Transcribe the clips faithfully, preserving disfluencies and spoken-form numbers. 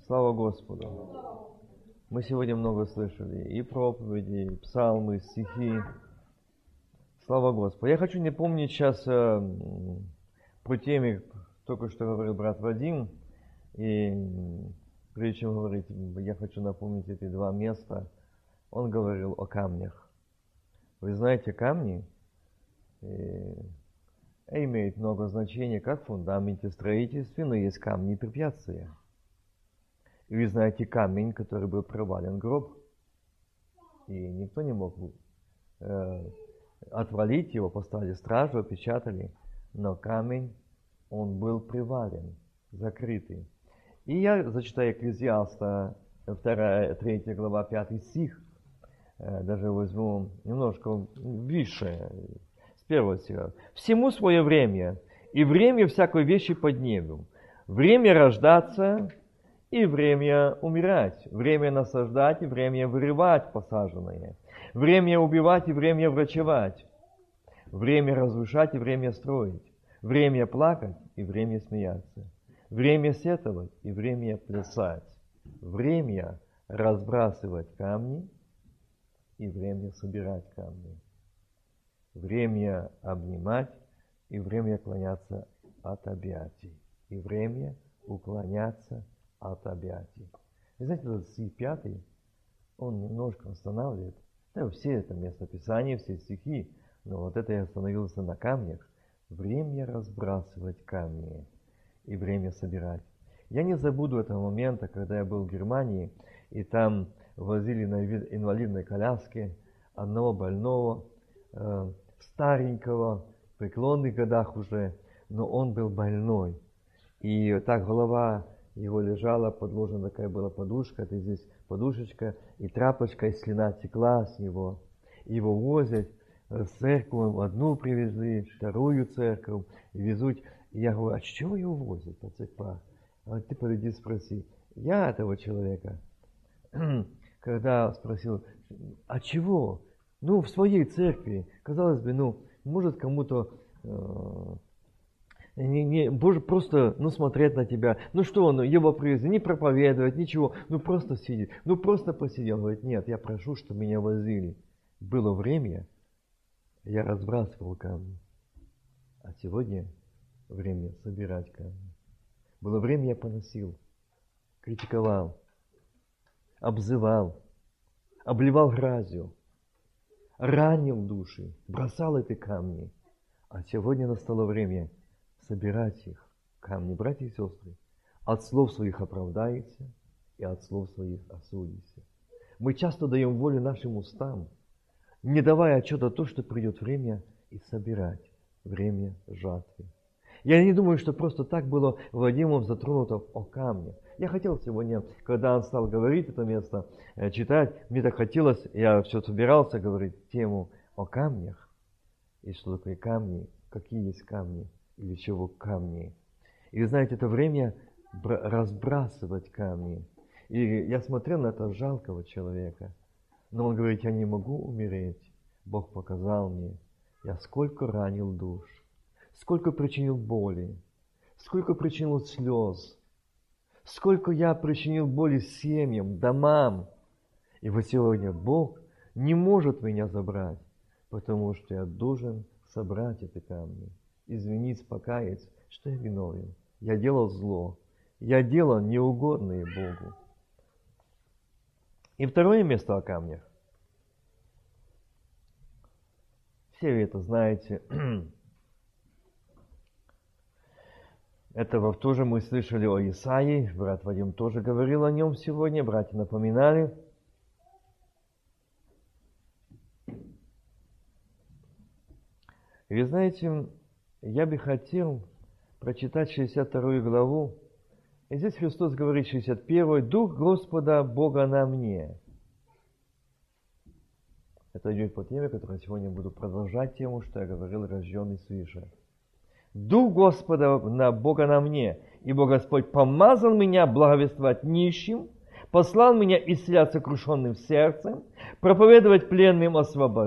Слава Господу! Мы сегодня много слышали и проповеди, и псалмы, стихи. Слава Господу! Я хочу не помнить сейчас э, про темы, только что говорил брат Вадим. И прежде чем говорить, я хочу напомнить эти два места. Он говорил о камнях. Вы знаете, камни э, имеют много значения как в фундаменте строительства, но есть камни и препятствия. И вы знаете камень, который был провален в гроб. И никто не мог э, отвалить его, поставили стражу, опечатали. Но камень, он был привален, закрытый. И я зачитаю Экклезиаста, вторая, третья глава, пятый стих. Э, даже возьму немножко выше, с первого стиха. «Всему свое время, и время всякой вещи под небом. Время рождаться и время умирать, время насаждать и время вырывать посаженное, время убивать и время врачевать, время разрушать и время строить, время плакать и время смеяться, время сетовать и время плясать, время разбрасывать камни и время собирать камни, время обнимать и время клоняться от объятий, и время уклоняться от объятий». Вы знаете, этот стих пятый, он немножко останавливает. Да, все это местописание, все стихи, но вот это я остановился на камнях. Время разбрасывать камни и время собирать. Я не забуду этого момента, когда я был в Германии, и там возили на инвалидной коляске одного больного, э, старенького, в преклонных годах уже, но он был больной. И так голова его лежала, подложена такая была подушка, это здесь подушечка, и тряпочка, и слюна текла с него. И его возят в церковь, одну привезли, вторую церковь, и везут. И я говорю, а чего его возят по церквах? А ты подойди спроси. Я этого человека, когда спросил, а чего? Ну, в своей церкви, казалось бы, ну, может кому-то э, Не, не, Боже, просто, ну, смотреть на тебя. Ну, что он, его привезли, не проповедовать, ничего. Ну, просто сидит. Ну, просто посидел. Он говорит, нет, я прошу, чтобы меня возили. Было время, я разбрасывал камни. А сегодня время собирать камни. Было время, я поносил, критиковал, обзывал, обливал грязью, ранил души, бросал эти камни. А сегодня настало время собирать их, камни, братья и сестры, от слов своих оправдается и от слов своих осудится. Мы часто даем волю нашим устам, не давая отчета о том, что придет время и собирать, время жатвы. Я не думаю, что просто так было Вадимом затронуто о камне. Я хотел сегодня, когда он стал говорить это место, читать, мне так хотелось, я все собирался говорить тему о камнях. И что такое камни, какие есть камни. Или чего камни. И вы знаете, это время разбрасывать камни. И я смотрел на этого жалкого человека. Но он говорит, я не могу умереть. Бог показал мне, я сколько ранил душ, сколько причинил боли, сколько причинил слез, сколько я причинил боли семьям, домам. И вот сегодня Бог не может меня забрать, потому что я должен собрать эти камни. Извиниться, покаяться, что я виновен. Я делал зло. Я делал неугодное Богу. И второе место о камнях. Все вы это знаете. Это тоже мы слышали о Исаии. Брат Вадим тоже говорил о нем сегодня. Братья напоминали. И вы знаете, я бы хотел прочитать шестьдесят вторую главу. И здесь Христос говорит, шестьдесят первую, «Дух Господа Бога на мне». Это идет по теме, которую я сегодня буду продолжать тему, что я говорил, рожденный свыше. «Дух Господа на Бога на мне, ибо Господь помазал меня благовествовать нищим, послал меня исцелять сокрушенным сердцем, проповедовать пленным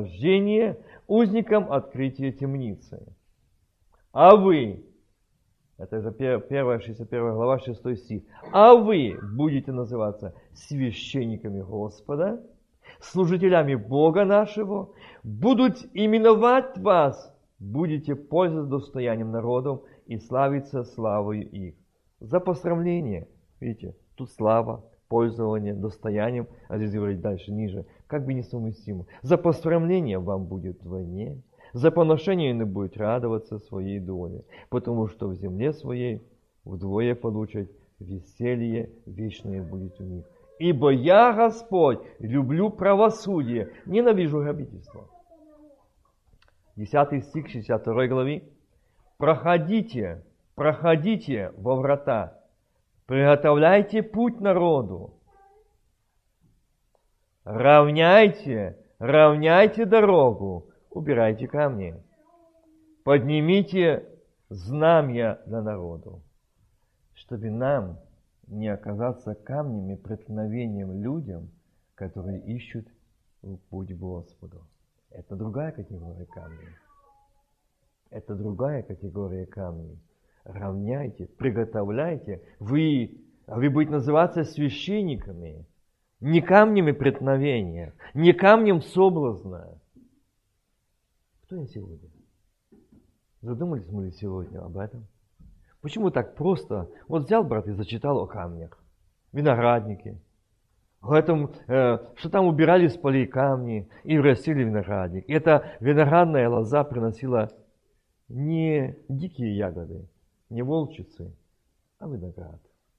освобождение, узникам открытие темницы. А вы Это же первая, шестьдесят первая глава, шестой стих. А вы будете называться священниками Господа, служителями Бога нашего, будут именовать вас, будете пользоваться достоянием народов и славиться славою их. За посрамление, видите, тут слава, пользование, достоянием, а здесь говорить дальше, ниже, как бы несовместимо. За посрамление вам будет вдвойне, за поношение не будет радоваться своей доле, потому что в земле своей вдвое получат веселье вечное будет у них. Ибо я, Господь, люблю правосудие, ненавижу грабительство. десятый стих шестьдесят второй главы. Проходите, проходите во врата, приготовляйте путь народу, равняйте, равняйте дорогу, убирайте камни, поднимите знамя для народу, чтобы нам не оказаться камнями преткновением людям, которые ищут путь к Господу. Это другая категория камней. Это другая категория камней. Равняйте, приготовляйте. Вы, вы будете называться священниками. Не камнями преткновения, не камнем соблазна. Кто я сегодня? Задумались мы ли сегодня об этом? Почему так просто? Вот взял, брат, и зачитал о камнях. Виноградники. О этом, э, что там убирали с полей камни и растили виноградник. И эта виноградная лоза приносила не дикие ягоды, не волчицы, а виноград.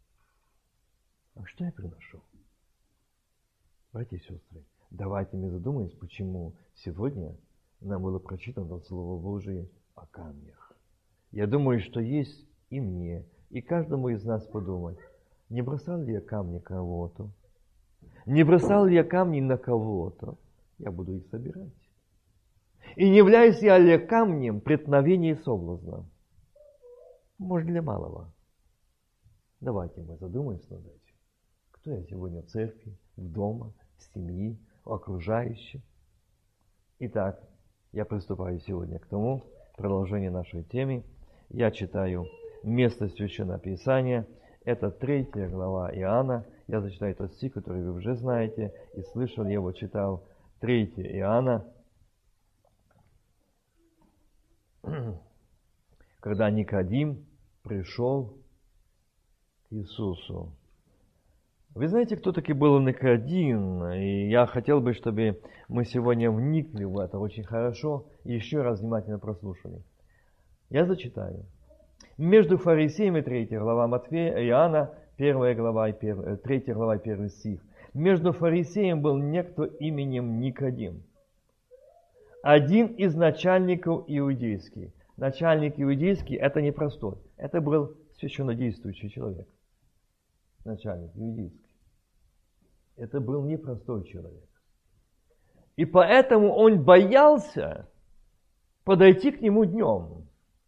А что я приношу? Братья и сестры, давайте мы задумаемся, почему сегодня нам было прочитано Слово Божие о камнях. Я думаю, что есть и мне, и каждому из нас подумать, не бросал ли я камни кого-то? Не бросал ли я камни на кого-то? Я буду их собирать. И не являюсь я ли камнем преткновения и соблазна? Может, для малого. Давайте мы задумаемся над этим. Кто я сегодня в церкви, в дома, в семье, в окружающих? Итак, я приступаю сегодня к тому, продолжение нашей темы. Я читаю место Священного Писания. Это третья глава Иоанна. Я зачитаю этот стих, который вы уже знаете и слышали, я его читал. третья Иоанна. Когда Никодим пришел к Иисусу. Вы знаете, кто таки был Никодим? И я хотел бы, чтобы мы сегодня вникли в это очень хорошо и еще раз внимательно прослушали. Я зачитаю. Между фарисеями, третья глава Матфея, Иоанна, первая глава, третья глава, первый стих. Между фарисеем был некто именем Никодим, один из начальников иудейских. Начальник иудейский – это не простой, это был священнодействующий человек. Начальник иудейский. Это был непростой человек. И поэтому он боялся подойти к нему днем,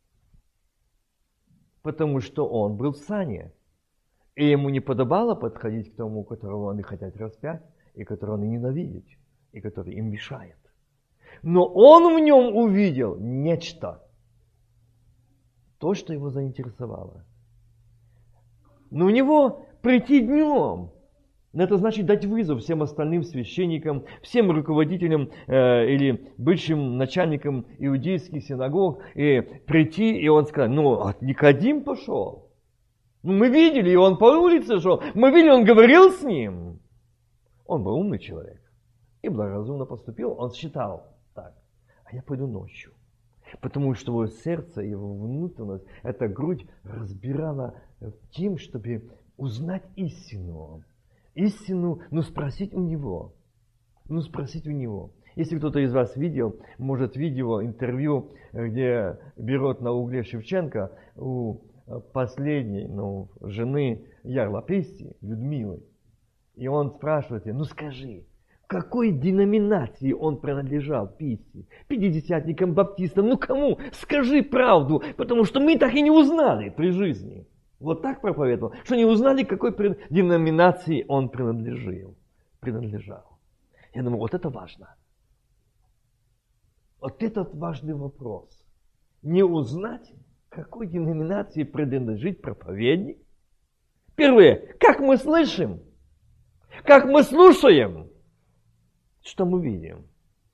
потому что он был в сане. И ему не подобало подходить к тому, которого они хотят распять, и которого они ненавидят, и который им мешает. Но он в нем увидел нечто, то, что его заинтересовало. Но у него прийти днем, это значит дать вызов всем остальным священникам, всем руководителям э, или бывшим начальникам иудейских синагог, и прийти, и он сказал, ну, а Никодим пошел. Ну, мы видели, и он по улице шел, мы видели, он говорил с ним. Он был умный человек и благоразумно поступил, он считал так, а я пойду ночью. Потому что его сердце, его внутренность, эта грудь разбирала тем, чтобы узнать истину. Истину, ну спросить у него. Ну спросить у него. Если кто-то из вас видел, может, видео, интервью, где берут на угле Шевченко у последней, ну, жены Ярла Писти, Людмилы. И он спрашивает ее, ну скажи, какой деноминации он принадлежал, Писти? Пятидесятникам, баптистам, ну кому? Скажи правду, потому что мы так и не узнали при жизни. Вот так проповедовал, что не узнали, какой деноминации он принадлежал. принадлежал. Я думаю, вот это важно. Вот этот важный вопрос. Не узнать, какой деноминации принадлежит проповедник? Первое, как мы слышим, как мы слушаем, что мы видим.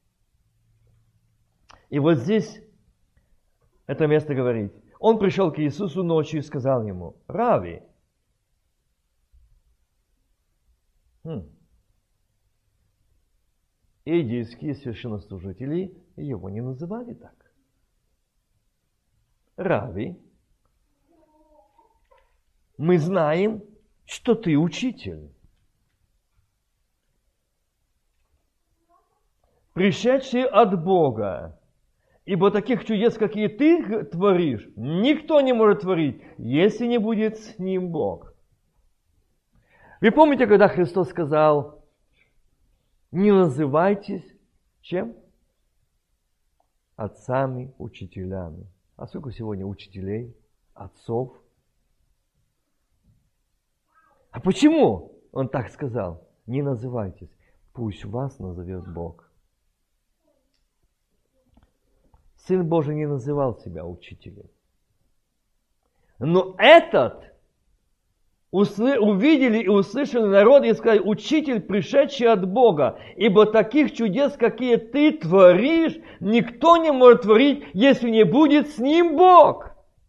И вот здесь это место говорит. Он пришел к Иисусу ночью и сказал ему: Рави, хм, иудейские священнослужители его не называли так. Рави, мы знаем, что ты учитель, пришедший от Бога, ибо таких чудес, какие ты творишь, никто не может творить, если не будет с ним Бог. Вы помните, когда Христос сказал: не называйтесь чем? Отцами, учителями. А сколько сегодня учителей, отцов? А почему он так сказал? Не называйтесь, пусть вас назовет Бог. Сын Божий не называл себя учителем. Но этот услы- увидели и услышали народ и сказали: учитель, пришедший от Бога, ибо таких чудес, какие ты творишь, никто не может творить, если не будет с ним Бог.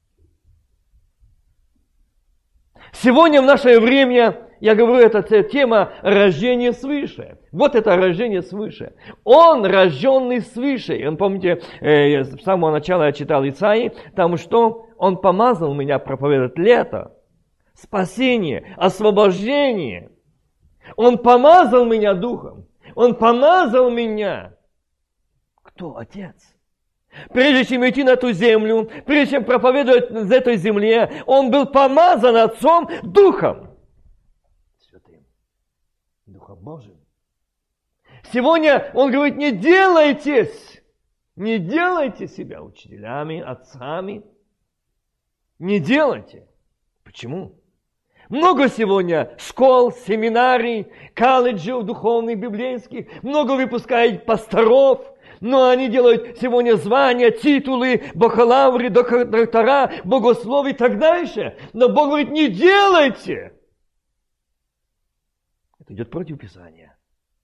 Сегодня в наше время, я говорю, это тема рождения свыше. Вот это рождение свыше. Он рожденный свыше. Он, помните, э, с самого начала я читал Исаии, там что? Он помазал меня проповедовать лето, спасение, освобождение. Он помазал меня духом. Он помазал меня. Кто? Отец. Прежде чем идти на эту землю, прежде чем проповедовать на этой земле, он был помазан Отцом Духом Святым, Духом Божьим. Сегодня он говорит: не делайтесь, не делайте себя учителями, отцами. Не делайте. Почему? Много сегодня школ, семинарий, колледжев духовных, библейских. Много выпускают пасторов. Но они делают сегодня звания, титулы, бакалавры, доктора, богословы и так дальше. Но Бог говорит: не делайте. Это идет против Писания.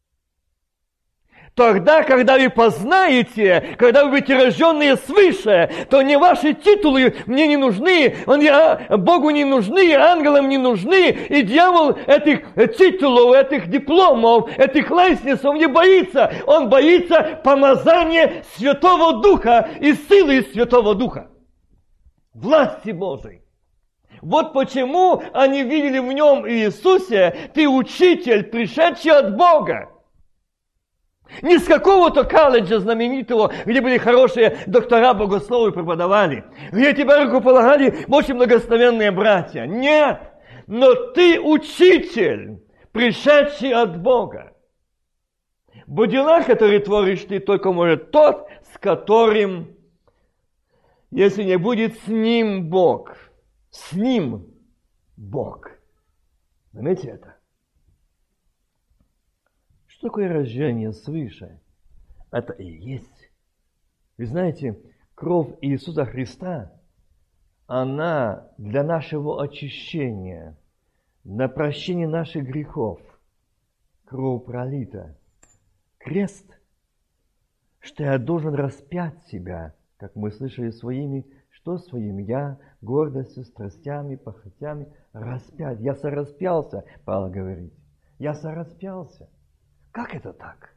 Тогда, когда вы познаете, когда вы будете рожденные свыше, то не ваши титулы мне не нужны, он, я, Богу не нужны, ангелам не нужны, и дьявол этих титулов, этих дипломов, этих лестниц, не боится. Он боится помазания Святого Духа и силы Святого Духа, власти Божией. Вот почему они видели в нем Иисусе: ты учитель, пришедший от Бога. Не с какого-то колледжа знаменитого, где были хорошие доктора, богословы преподавали, где тебя рукополагали очень благословенные братья. Нет, но ты учитель, пришедший от Бога. Бо дела, которые творишь ты, только может тот, с которым, если не будет с ним Бог, с ним Бог. Заметьте это. Что такое рождение свыше? Это и есть. Вы знаете, кровь Иисуса Христа, она для нашего очищения, на прощение наших грехов. Кровь пролита. Крест, что я должен распять себя, как мы слышали своими, что своим я, гордостью, страстями, похотями, распять. Я сораспялся, Павел говорит. Я сораспялся. Как это так?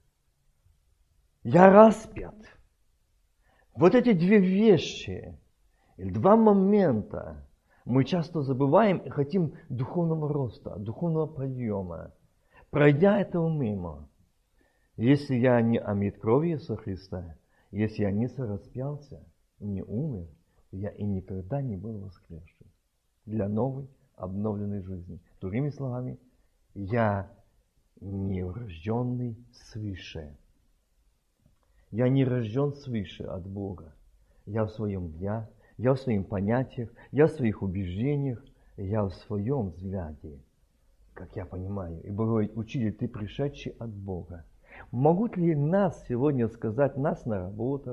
Я распят. Вот эти две вещи, два момента мы часто забываем и хотим духовного роста, духовного подъема. Пройдя этого мимо, если я не омит кровью Иисуса Христа, если я не сораспялся, не умер, я и никогда не был воскресшим для новой, обновленной жизни. Другими словами, я не рожденный свыше. Я не рожден свыше от Бога. Я в своем я, я в своих понятиях, я в своих убеждениях, я в своем взгляде, как я понимаю. И Бог говорит: учитель, ты пришедший от Бога. Могут ли нас сегодня сказать, нас на работах,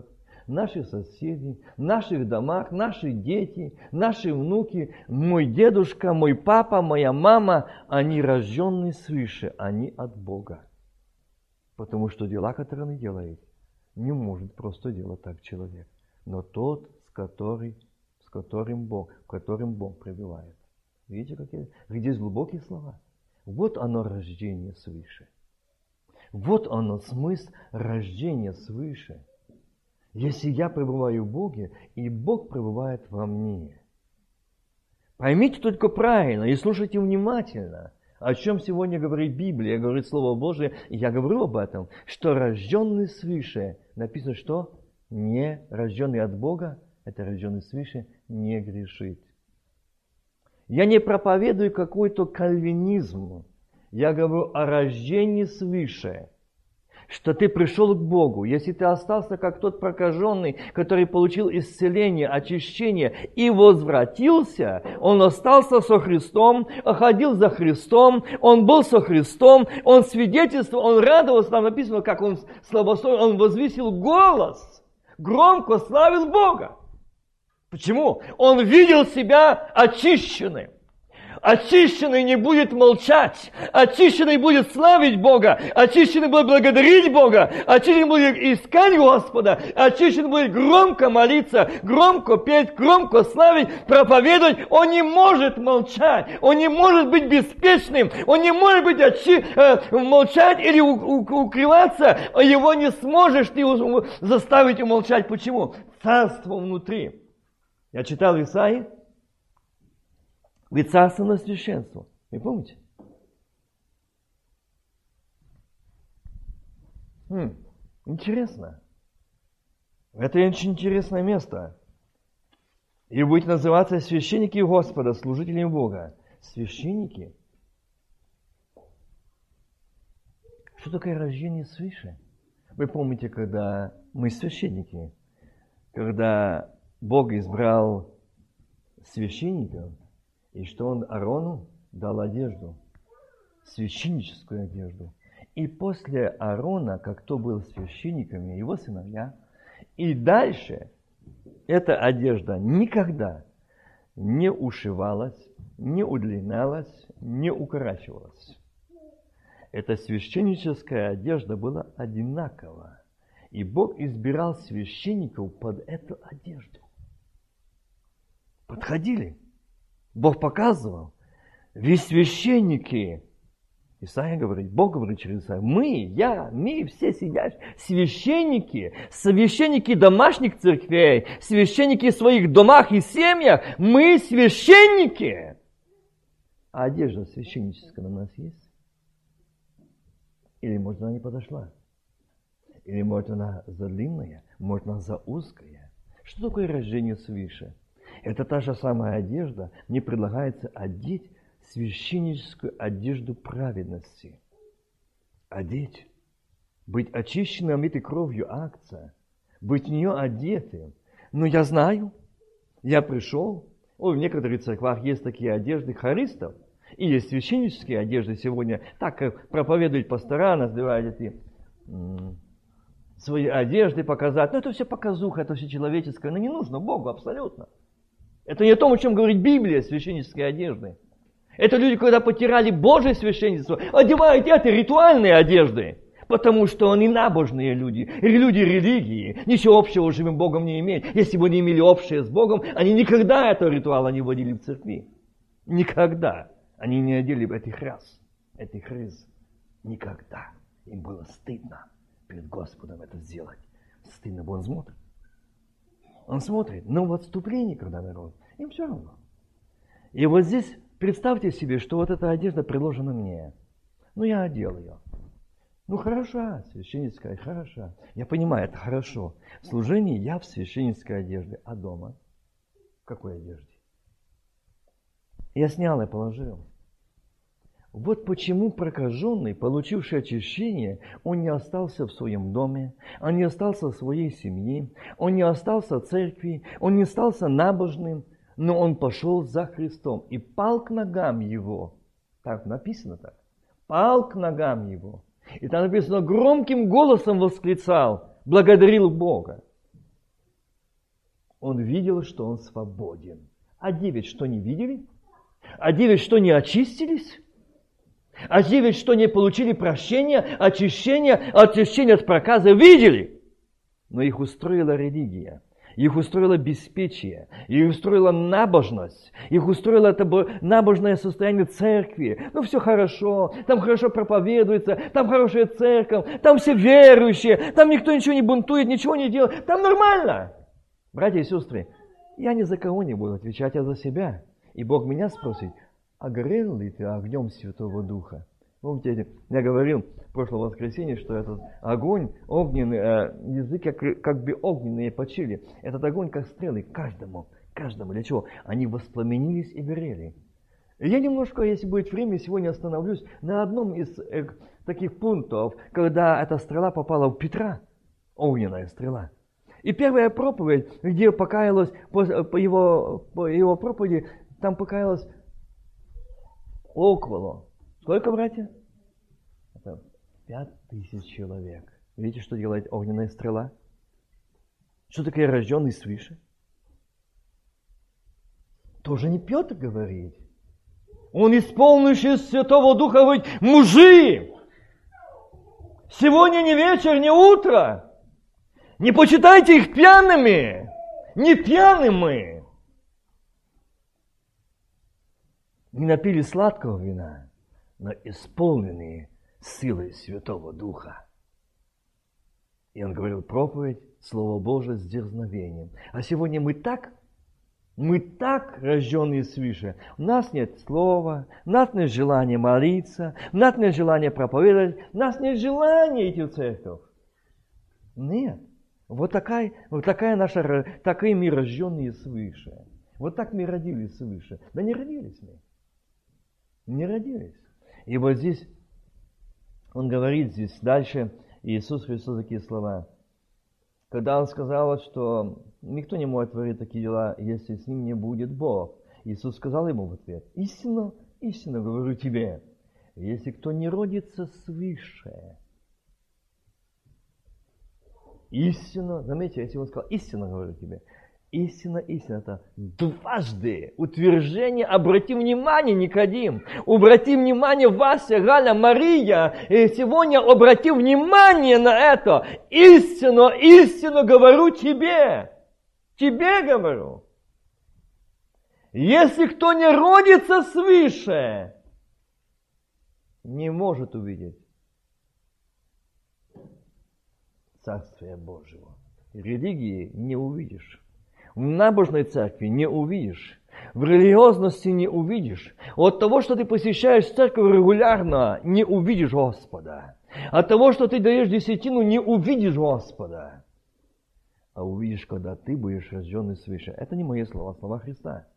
наши соседи, в наших домах, наши дети, наши внуки, мой дедушка, мой папа, моя мама, они рожденные свыше, они от Бога. Потому что дела, которые он делает, не может просто делать так человек, но тот, с, который, с которым Бог, в котором Бог пребывает. Видите, какие, где есть глубокие слова? Вот оно рождение свыше. Вот оно смысл рождения свыше. Если я пребываю в Боге, и Бог пребывает во мне. Поймите только правильно и слушайте внимательно, о чем сегодня говорит Библия, говорит Слово Божие, и я говорю об этом, что рожденный свыше, написано, что не рожденный от Бога, это рожденный свыше, не грешит. Я не проповедую какой-то кальвинизм. Я говорю о рождении свыше. Что ты пришел к Богу. Если ты остался как тот прокаженный, который получил исцеление, очищение и возвратился, он остался со Христом, ходил за Христом, он был со Христом, он свидетельствовал, он радовался, там написано, как он славословил, он возвысил голос, громко славил Бога. Почему? Он видел себя очищенным. Очищенный не будет молчать. Очищенный будет славить Бога. Очищенный будет благодарить Бога. Очищенный будет искать Господа. Очищенный будет громко молиться, громко петь, громко славить, проповедовать. Он не может молчать. Он не может быть беспечным. Он не может быть очи... э, молчать или у... У... укрываться. Его не сможешь ты заставить умолчать. Почему? Царство внутри. Я читал в Исаии. Ведь царство на священство. Вы помните? Хм, интересно. Это очень интересное место. И будете называться священники Господа, служители Бога. Священники. Что такое рождение свыше? Вы помните, когда мы священники, когда Бог избрал священников, и что он Аарону дал одежду, священническую одежду. И после Аарона, как кто был священниками, его сыновья, и дальше эта одежда никогда не ушивалась, не удлинялась, не укорачивалась. Эта священническая одежда была одинакова. И Бог избирал священников под эту одежду. Подходили. Бог показывал. Ведь священники, Исаия говорит, Бог говорит через Исаию, мы, я, мы, все сидящие, священники, священники домашних церквей, священники в своих домах и семьях, мы священники. А одежда священническая на нас есть? Или, может, она не подошла? Или, может, она за длинная, может, она за узкая? Что такое рождение свыше? Это та же самая одежда. Мне предлагается одеть священническую одежду праведности. Одеть. Быть очищенным, омытой кровью акция. Быть в нее одетым. Но я знаю, я пришел. О, в некоторых церквах есть такие одежды хористов. И есть священнические одежды сегодня. Так как проповедуют пастора, называют эти м- свои одежды показать. Но это все показуха, это все человеческое. Но не нужно Богу абсолютно. Это не о том, о чем говорит Библия, священнической одежды. Это люди, когда потирали Божие священничество, одевают эти ритуальные одежды. Потому что они набожные люди, люди религии, ничего общего с живым Богом не имеют. Если бы они имели общее с Богом, они никогда этого ритуала не вводили в церкви. Никогда. Они не одели бы этих ряс, этих рыз. Никогда. Им было стыдно перед Господом это сделать. Стыдно, бо он смотрит. Он смотрит, но в отступлении, когда народ, им все равно. И вот здесь представьте себе, что вот эта одежда предложена мне. Ну, я одел ее. Ну, хороша, священническая, хороша. Я понимаю, это хорошо. В служении я в священнической одежде, а дома в какой одежде? Я снял и положил. Вот почему прокаженный, получивший очищение, он не остался в своем доме, он не остался в своей семье, он не остался в церкви, он не остался набожным, но он пошел за Христом и пал к ногам Его. Так написано так. Пал к ногам Его. И там написано, громким голосом восклицал, благодарил Бога. Он видел, что он свободен. А девять что, не видели? А девять что, не очистились? А девять что, не получили прощения, очищения, очищения от проказа? Видели? Но их устроила религия. Их устроило беспечие, их устроила набожность, их устроило это набожное состояние церкви. Ну, все хорошо, там хорошо проповедуется, там хорошая церковь, там все верующие, там никто ничего не бунтует, ничего не делает, там нормально. Братья и сестры, я ни за кого не буду отвечать, а за себя. И Бог меня спросит, а горел ли ты огнем Святого Духа? Помните, я говорил в прошлое воскресенье, что этот огонь огненный, э, язык как, как бы огненные почили. Этот огонь как стрелы каждому, каждому. Для чего? Они воспламенились и горели. И я немножко, если будет время, сегодня остановлюсь на одном из э, таких пунктов, когда эта стрела попала в Петра, огненная стрела. И первая проповедь, где покаялась, по, по, его, по его проповеди, там покаялось около. Сколько, братья? Это пять тысяч человек. Видите, что делает огненная стрела? Что такое рожденный свыше? Тоже не Петр говорит. Он исполнивший Святого Духа говорит, мужи, сегодня не вечер, не утро. Не почитайте их пьяными. Не пьяными. Не напили сладкого вина, но исполненные силой Святого Духа. И он говорил проповедь, Слово Божие с дерзновением. А сегодня мы так, мы так рожденные свыше. У нас нет слова, у нас нет желания молиться, у нас нет желания проповедовать, у нас нет желания идти в церковь. Нет. Вот такая, вот такая наша, такие мы рожденные свыше. Вот так мы родились свыше. Да не родились мы. Не родились. И вот здесь, он говорит здесь дальше, Иисус Христос такие слова. Когда он сказал, что никто не может творить такие дела, если с ним не будет Бог. Иисус сказал ему в ответ, истинно, истинно говорю тебе, если кто не родится свыше, истинно, заметьте, если он сказал, истинно говорю тебе, истина, истина, это дважды утверждение. Обрати внимание, Никодим. Обрати внимание, Вася, Галя, Мария. И сегодня обрати внимание на это. Истину, истину говорю тебе. Тебе говорю. Если кто не родится свыше, не может увидеть Царствие Божьего. Религии не увидишь. В набожной церкви не увидишь. В религиозности не увидишь. От того, что ты посещаешь церковь регулярно, не увидишь Господа. От того, что ты даешь десятину, не увидишь Господа. А увидишь, когда ты будешь рожденный свыше. Это не мои слова, слова Христа.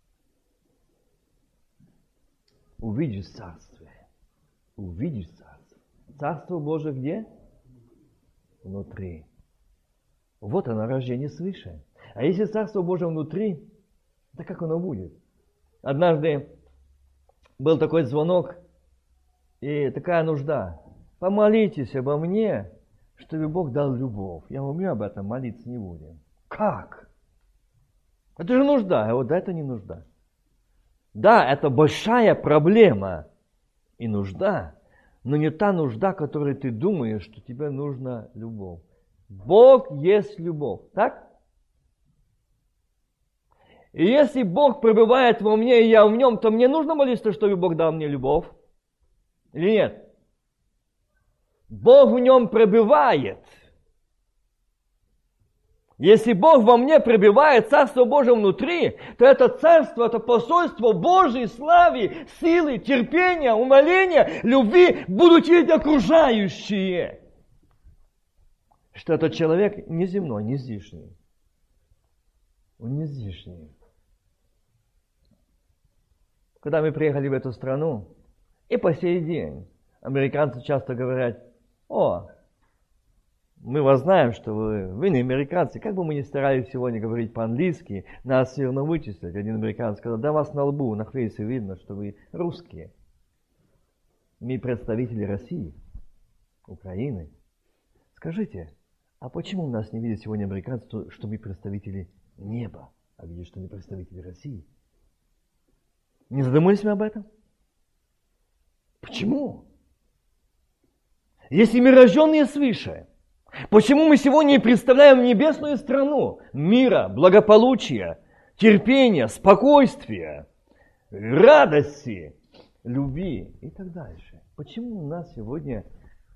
Увидишь Царствие. Увидишь Царство. Царство Божие где? Внутри. Вот оно, рождение свыше. А если Царство Божие внутри, то как оно будет? Однажды был такой звонок и такая нужда. Помолитесь обо мне, чтобы Бог дал любовь. Я говорю, мы об этом молиться не будем. Как? Это же нужда. А вот это не нужда. Да, это большая проблема и нужда, но не та нужда, которой ты думаешь, что тебе нужна любовь. Бог есть любовь. Так? И если Бог пребывает во мне, и я в нем, то мне нужно молиться, чтобы Бог дал мне любовь? Или нет? Бог в нем пребывает. Если Бог во мне пребывает, Царство Божие внутри, то это Царство, это посольство Божьей славы, силы, терпения, умоления, любви будут видеть окружающие. Что этот человек не земной, не здешний. Он не здешний. Когда мы приехали в эту страну, и по сей день американцы часто говорят, о, мы вас знаем, что вы, вы не американцы. Как бы мы ни старались сегодня говорить по-английски, нас все равно вычислят. Один американец сказал, да вас на лбу, на фейсе видно, что вы русские. Мы представители России, Украины. Скажите, а почему нас не видят сегодня американцы, что мы представители неба, а видишь, что они представители России. Не задумались мы об этом? Почему? Если мы рожденные свыше, почему мы сегодня не представляем небесную страну мира, благополучия, терпения, спокойствия, радости, любви и так дальше? Почему у нас сегодня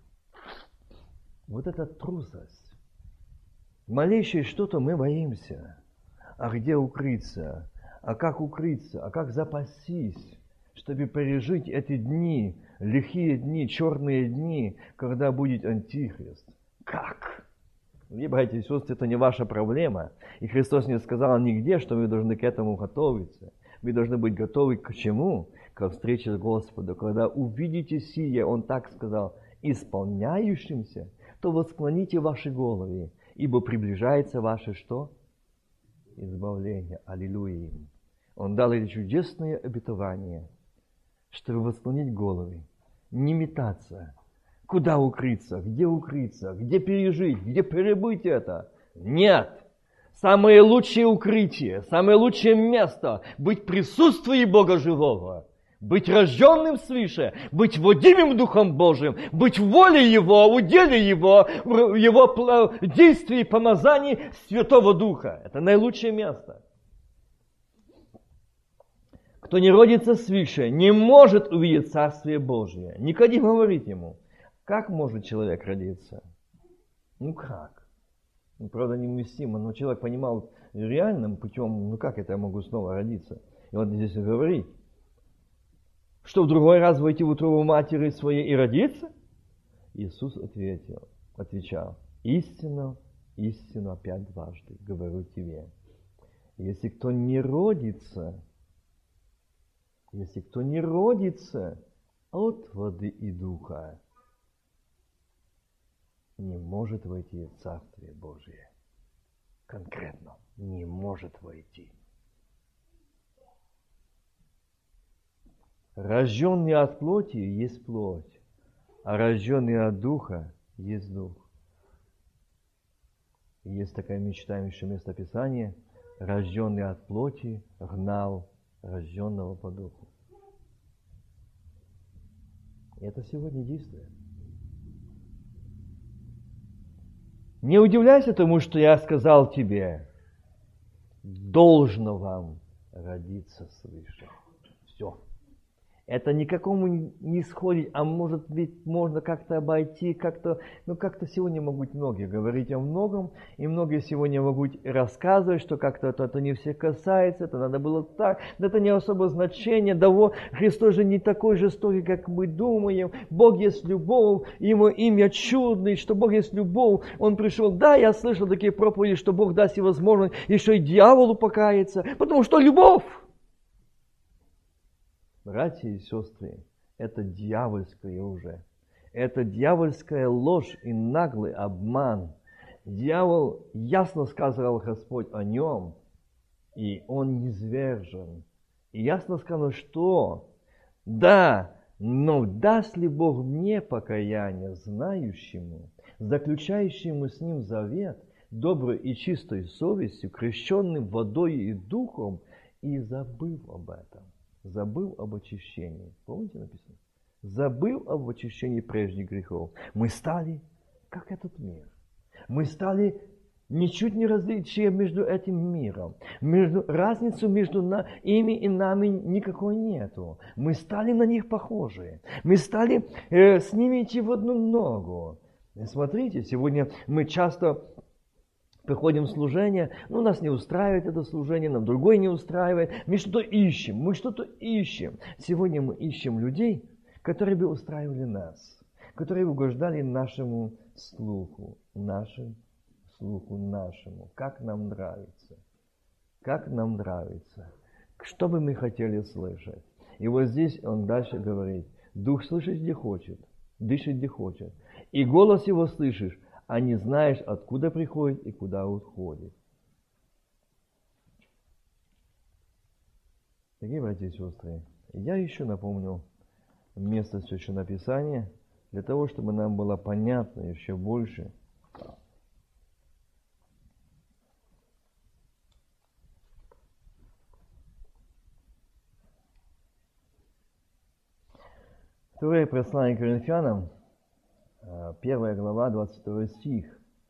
вот эта трусость? Малейшее что-то мы боимся. А где укрыться? А как укрыться? А как запастись, чтобы пережить эти дни, лихие дни, черные дни, когда будет Антихрист? Как? И, братья и сестры, это не ваша проблема. И Христос не сказал нигде, что вы должны к этому готовиться. Вы должны быть готовы к чему? К встрече с Господом. Когда увидите сие, Он так сказал, исполняющимся, то восклоните ваши головы, ибо приближается ваше что? Избавление. Аллилуйя. Он дал эти чудесные обетования, чтобы восклонить головы, не метаться. Куда укрыться? Где укрыться? Где пережить? Где перебыть это? Нет! Самое лучшее укрытие, самое лучшее место – быть в присутствии Бога живого, быть рожденным свыше, быть водимым Духом Божьим, быть в воле Его, уделе Его, в Его действии и помазании Святого Духа. Это наилучшее место. Кто не родится свыше, не может увидеть Царствие Божие. Никодим говорит ему, как может человек родиться? Ну как? Ну, правда, немыслимо, но человек понимал реальным путем, ну как это я могу снова родиться? И вот здесь и говорит, что в другой раз войти в утробу матери своей и родиться? Иисус ответил, отвечал, истинно, истинно опять дважды говорю тебе, если кто не родится, если кто не родится от воды и духа, не может войти в Царствие Божие. Конкретно, не может войти. Рожденный от плоти есть плоть, а рожденный от духа есть дух. И есть такая мечтающее местописание, рожденный от плоти гнал рожденного по духу. И это сегодня действует. Не удивляйся тому, что я сказал тебе, должно вам родиться свыше. Все. Это никакому не сходит, а может быть, можно как-то обойти, как-то, ну как-то сегодня могут многие говорить о многом, и многие сегодня могут рассказывать, что как-то это, это не всех касается, это надо было так, да это не особо значение, да вот, Христос же не такой жестокий, как мы думаем, Бог есть любовь, Ему имя чудное, что Бог есть любовь, Он пришел, да, я слышал такие проповеди, что Бог даст и возможность еще и дьяволу покаяться, потому что любовь. Братья и сестры, это дьявольское уже. Это дьявольская ложь и наглый обман. Дьявол, ясно сказал Господь о нем, и он низвержен. И ясно сказано, что да, но даст ли Бог мне покаяние, знающему, заключающему с ним завет, доброй и чистой совестью, крещенным водой и духом, и забыв об этом. Забыл об очищении. Помните написано? Забыл об очищении прежних грехов. Мы стали, как этот мир. Мы стали ничуть не различия между этим миром. Между, разницу между на, ими и нами никакой нету. Мы стали на них похожи. Мы стали э, с ними идти в одну ногу. И смотрите, сегодня мы часто приходим в служение, но нас не устраивает это служение, нам другой не устраивает. Мы что-то ищем, мы что-то ищем. Сегодня мы ищем людей, которые бы устраивали нас, которые бы угождали нашему слуху, нашему слуху нашему, как нам нравится, как нам нравится, что бы мы хотели слышать. И вот здесь он дальше говорит, дух слышит, где хочет, дышит, где хочет, и голос его слышишь, а не знаешь, откуда приходит и куда уходит. Дорогие братья и сестры, я еще напомню место Священного Писания, для того, чтобы нам было понятно еще больше. Второе послание к Коринфянам, первая глава, двадцать второй стих.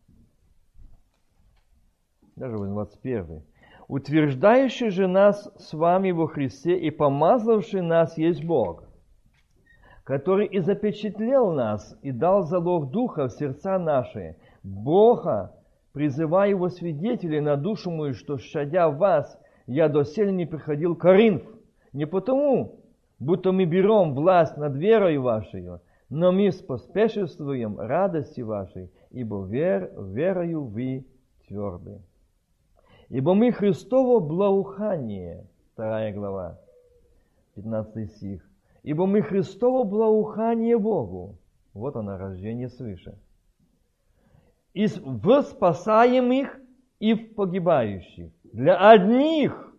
Даже двадцать первый. «Утверждающий же нас с вами во Христе и помазавший нас есть Бог, который и запечатлел нас, и дал залог Духа в сердца наши. Бога, призывая его свидетелей на душу мою, что, щадя вас, я доселе не приходил в Коринф. Не потому, будто мы берем власть над верой вашей, но мы споспешествуем радости вашей, ибо вер, верою вы тверды. Ибо мы Христово благоухание». Вторая глава, пятнадцатый стих. «Ибо мы Христово благоухание Богу». Вот оно, рождение свыше. «И в спасаемых, и в погибающих». Для одних,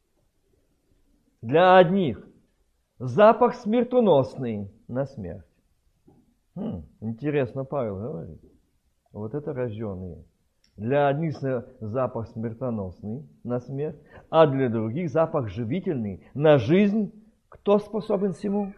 для одних запах смертоносный на смерть. Хм, интересно Павел говорит. Вот это рожденные. Для одних запах смертоносный на смерть, а для других запах живительный на жизнь. Кто способен всему?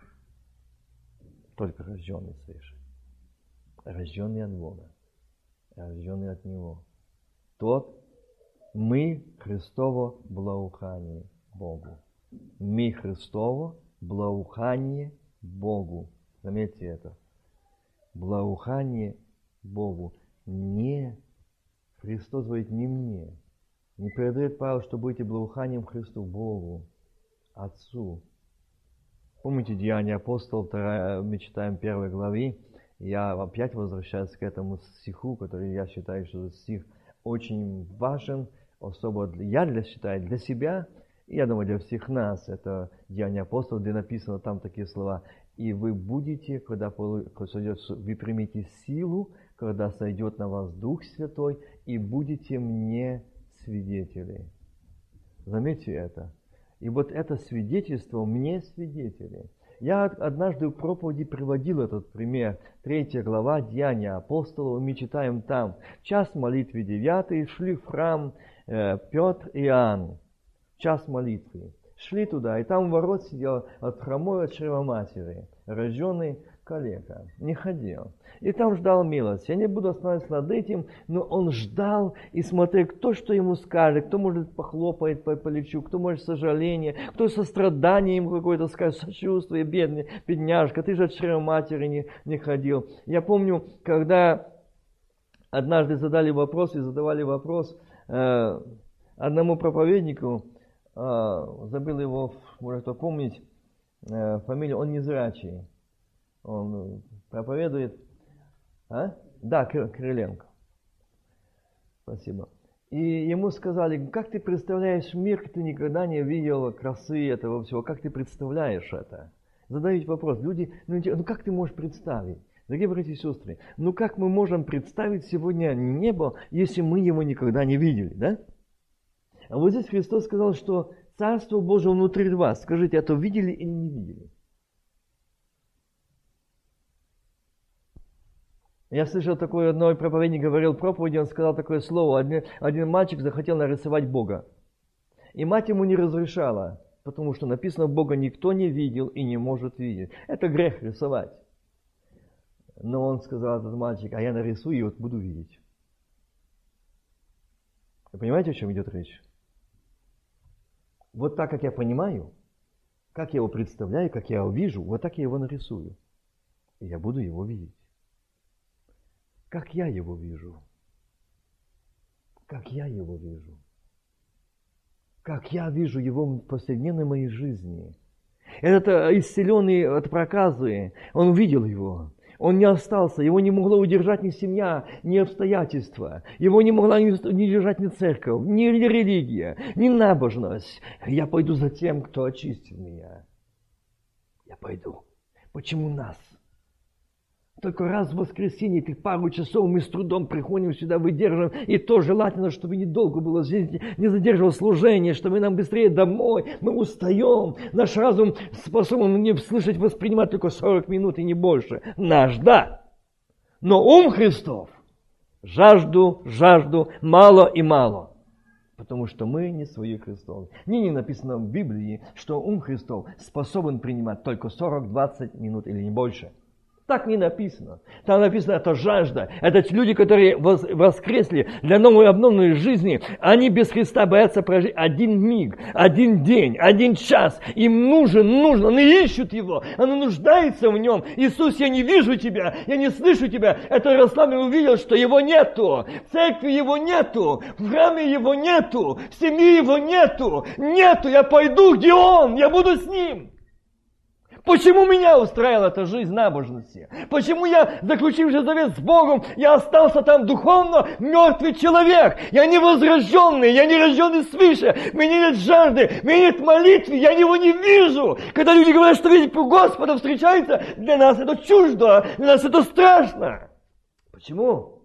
Только рожденный свыше. Рожденный от Бога. Рожденный от Него. Тот, мы Христово благоухание Богу. Мы Христово благоухание Богу. Заметьте это. Благоухание Богу. Не Христос говорит не мне. Не передает Павел, что будете благоуханием Христу, Богу, Отцу. Помните Деяния апостолов, мы читаем в первой главе. Я опять возвращаюсь к этому стиху, который я считаю, что этот стих очень важен, особо для, я для, считаю для себя, и я думаю, для всех нас. Это Деяния апостолов, где написано там такие слова. И вы будете, когда сойдет, вы примете силу, когда сойдет на вас Дух Святой, и будете мне свидетели. Заметьте это. И вот это свидетельство мне свидетели. Я однажды в проповеди приводил этот пример. Третья глава Деяния апостолов. Мы читаем там. Час молитвы девятый. Шли в храм э, Петр и Иоанн. Час молитвы. Шли туда, и там у ворот сидел от хромой от чрева матери, рожденный калека, не ходил. И там ждал милость. Я не буду останавливаться над этим, но он ждал и смотрел, кто что ему скажет, кто, может, похлопает по плечу, кто, может, сожаление, кто сострадание ему какое-то скажет, сочувствие, бедный, бедняжка, ты же от чрева матери не, не ходил. Я помню, когда однажды задали вопрос, и задавали вопрос э, одному проповеднику, забыл его, может кто помнить, фамилию, он незрячий. Он проповедует. А? Да, Крыленко. Спасибо. И ему сказали, как ты представляешь мир, ты никогда не видел красы этого всего, как ты представляешь это? Задают вопрос. Люди, ну, ну как ты можешь представить? Дорогие братья и сестры, ну как мы можем представить сегодня небо, если мы его никогда не видели, да? А вот здесь Христос сказал, что Царство Божие внутри вас. Скажите, это видели или не видели? Я слышал такой, одной проповедник говорил проповеди, он сказал такое слово. Один, один мальчик захотел нарисовать Бога. И мать ему не разрешала, потому что написано, Бога никто не видел и не может видеть. Это грех рисовать. Но он сказал, этот мальчик, а я нарисую и вот буду видеть. Вы понимаете, о чем идет речь? Вот так, как я понимаю, как я его представляю, как я его вижу, вот так я его нарисую. И я буду его видеть. Как я его вижу. Как я его вижу. Как я вижу его в повседневной моей жизни. Этот исцеленный от проказы, он видел его. Он не остался, его не могла удержать ни семья, ни обстоятельства. Его не могла ни удержать ни церковь, ни религия, ни набожность. Я пойду за тем, кто очистил меня. Я пойду. Почему нас? Только раз в воскресенье, этих пару часов мы с трудом приходим сюда, выдерживаем. И то желательно, чтобы недолго было здесь, не задерживал служение, чтобы нам быстрее домой. Мы устаем. Наш разум способен не слышать, воспринимать только сорок минут и не больше. Наш, да. Но ум Христов, жажду, жажду, мало и мало. Потому что мы не свои Христовы. Нине написано в Библии, что ум Христов способен принимать только сорок-двадцать минут или не больше. Так не написано. Там написано, это жажда. Это люди, которые воскресли для новой обновленной жизни. Они без Христа боятся прожить один миг, один день, один час. Им нужен, нужно, они ищут Его. Они нуждаются в Нем. Иисус, я не вижу Тебя, я не слышу Тебя. Это Ярослав увидел, что Его нету. В церкви Его нету. В храме Его нету. В семье Его нету. Нету, я пойду, где Он, я буду с Ним. Почему меня устраивала эта жизнь набожности? Почему я, заключивший завет с Богом, я остался там духовно мертвый человек? Я не возрожденный, я не рожденный свыше, меня нет жажды, меня нет молитвы, я его не вижу. Когда люди говорят, что видеть Господа встречается, для нас это чуждо, для нас это страшно. Почему?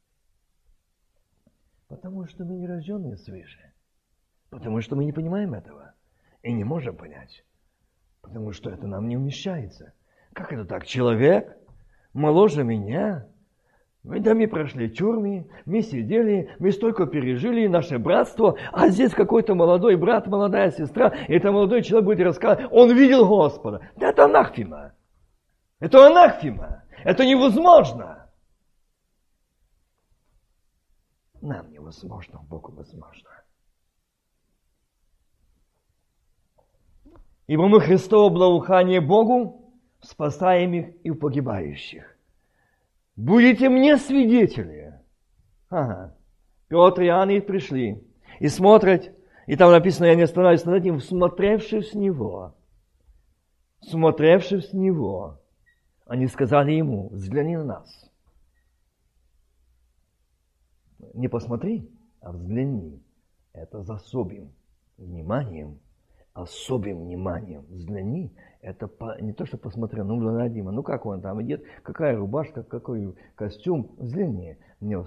Потому что мы не рожденные свыше. Потому что мы не понимаем этого и не можем понять. Потому что это нам не умещается. Как это так? Человек моложе меня. Мы, да, мы прошли тюрьмы, мы сидели, мы столько пережили, наше братство, а здесь какой-то молодой брат, молодая сестра, и это молодой человек будет рассказывать, он видел Господа. Да это анахфима. Это анахфима. Это невозможно. Нам невозможно, Богу возможно. Ибо мы Христово благоухание Богу, спасаемых и погибающих. Будете мне свидетели. Ага. Петр и Иоанн пришли и смотрят, и там написано, я не останавливаюсь над этим, смотревшись с Него, смотревшись с Него, они сказали Ему, взгляни на нас. Не посмотри, а взгляни. Это за особым вниманием. Особым вниманием взгляни, это по, не то, что посмотрел, ну, Владимир, ну, как он там идет, какая рубашка, какой костюм, взгляни.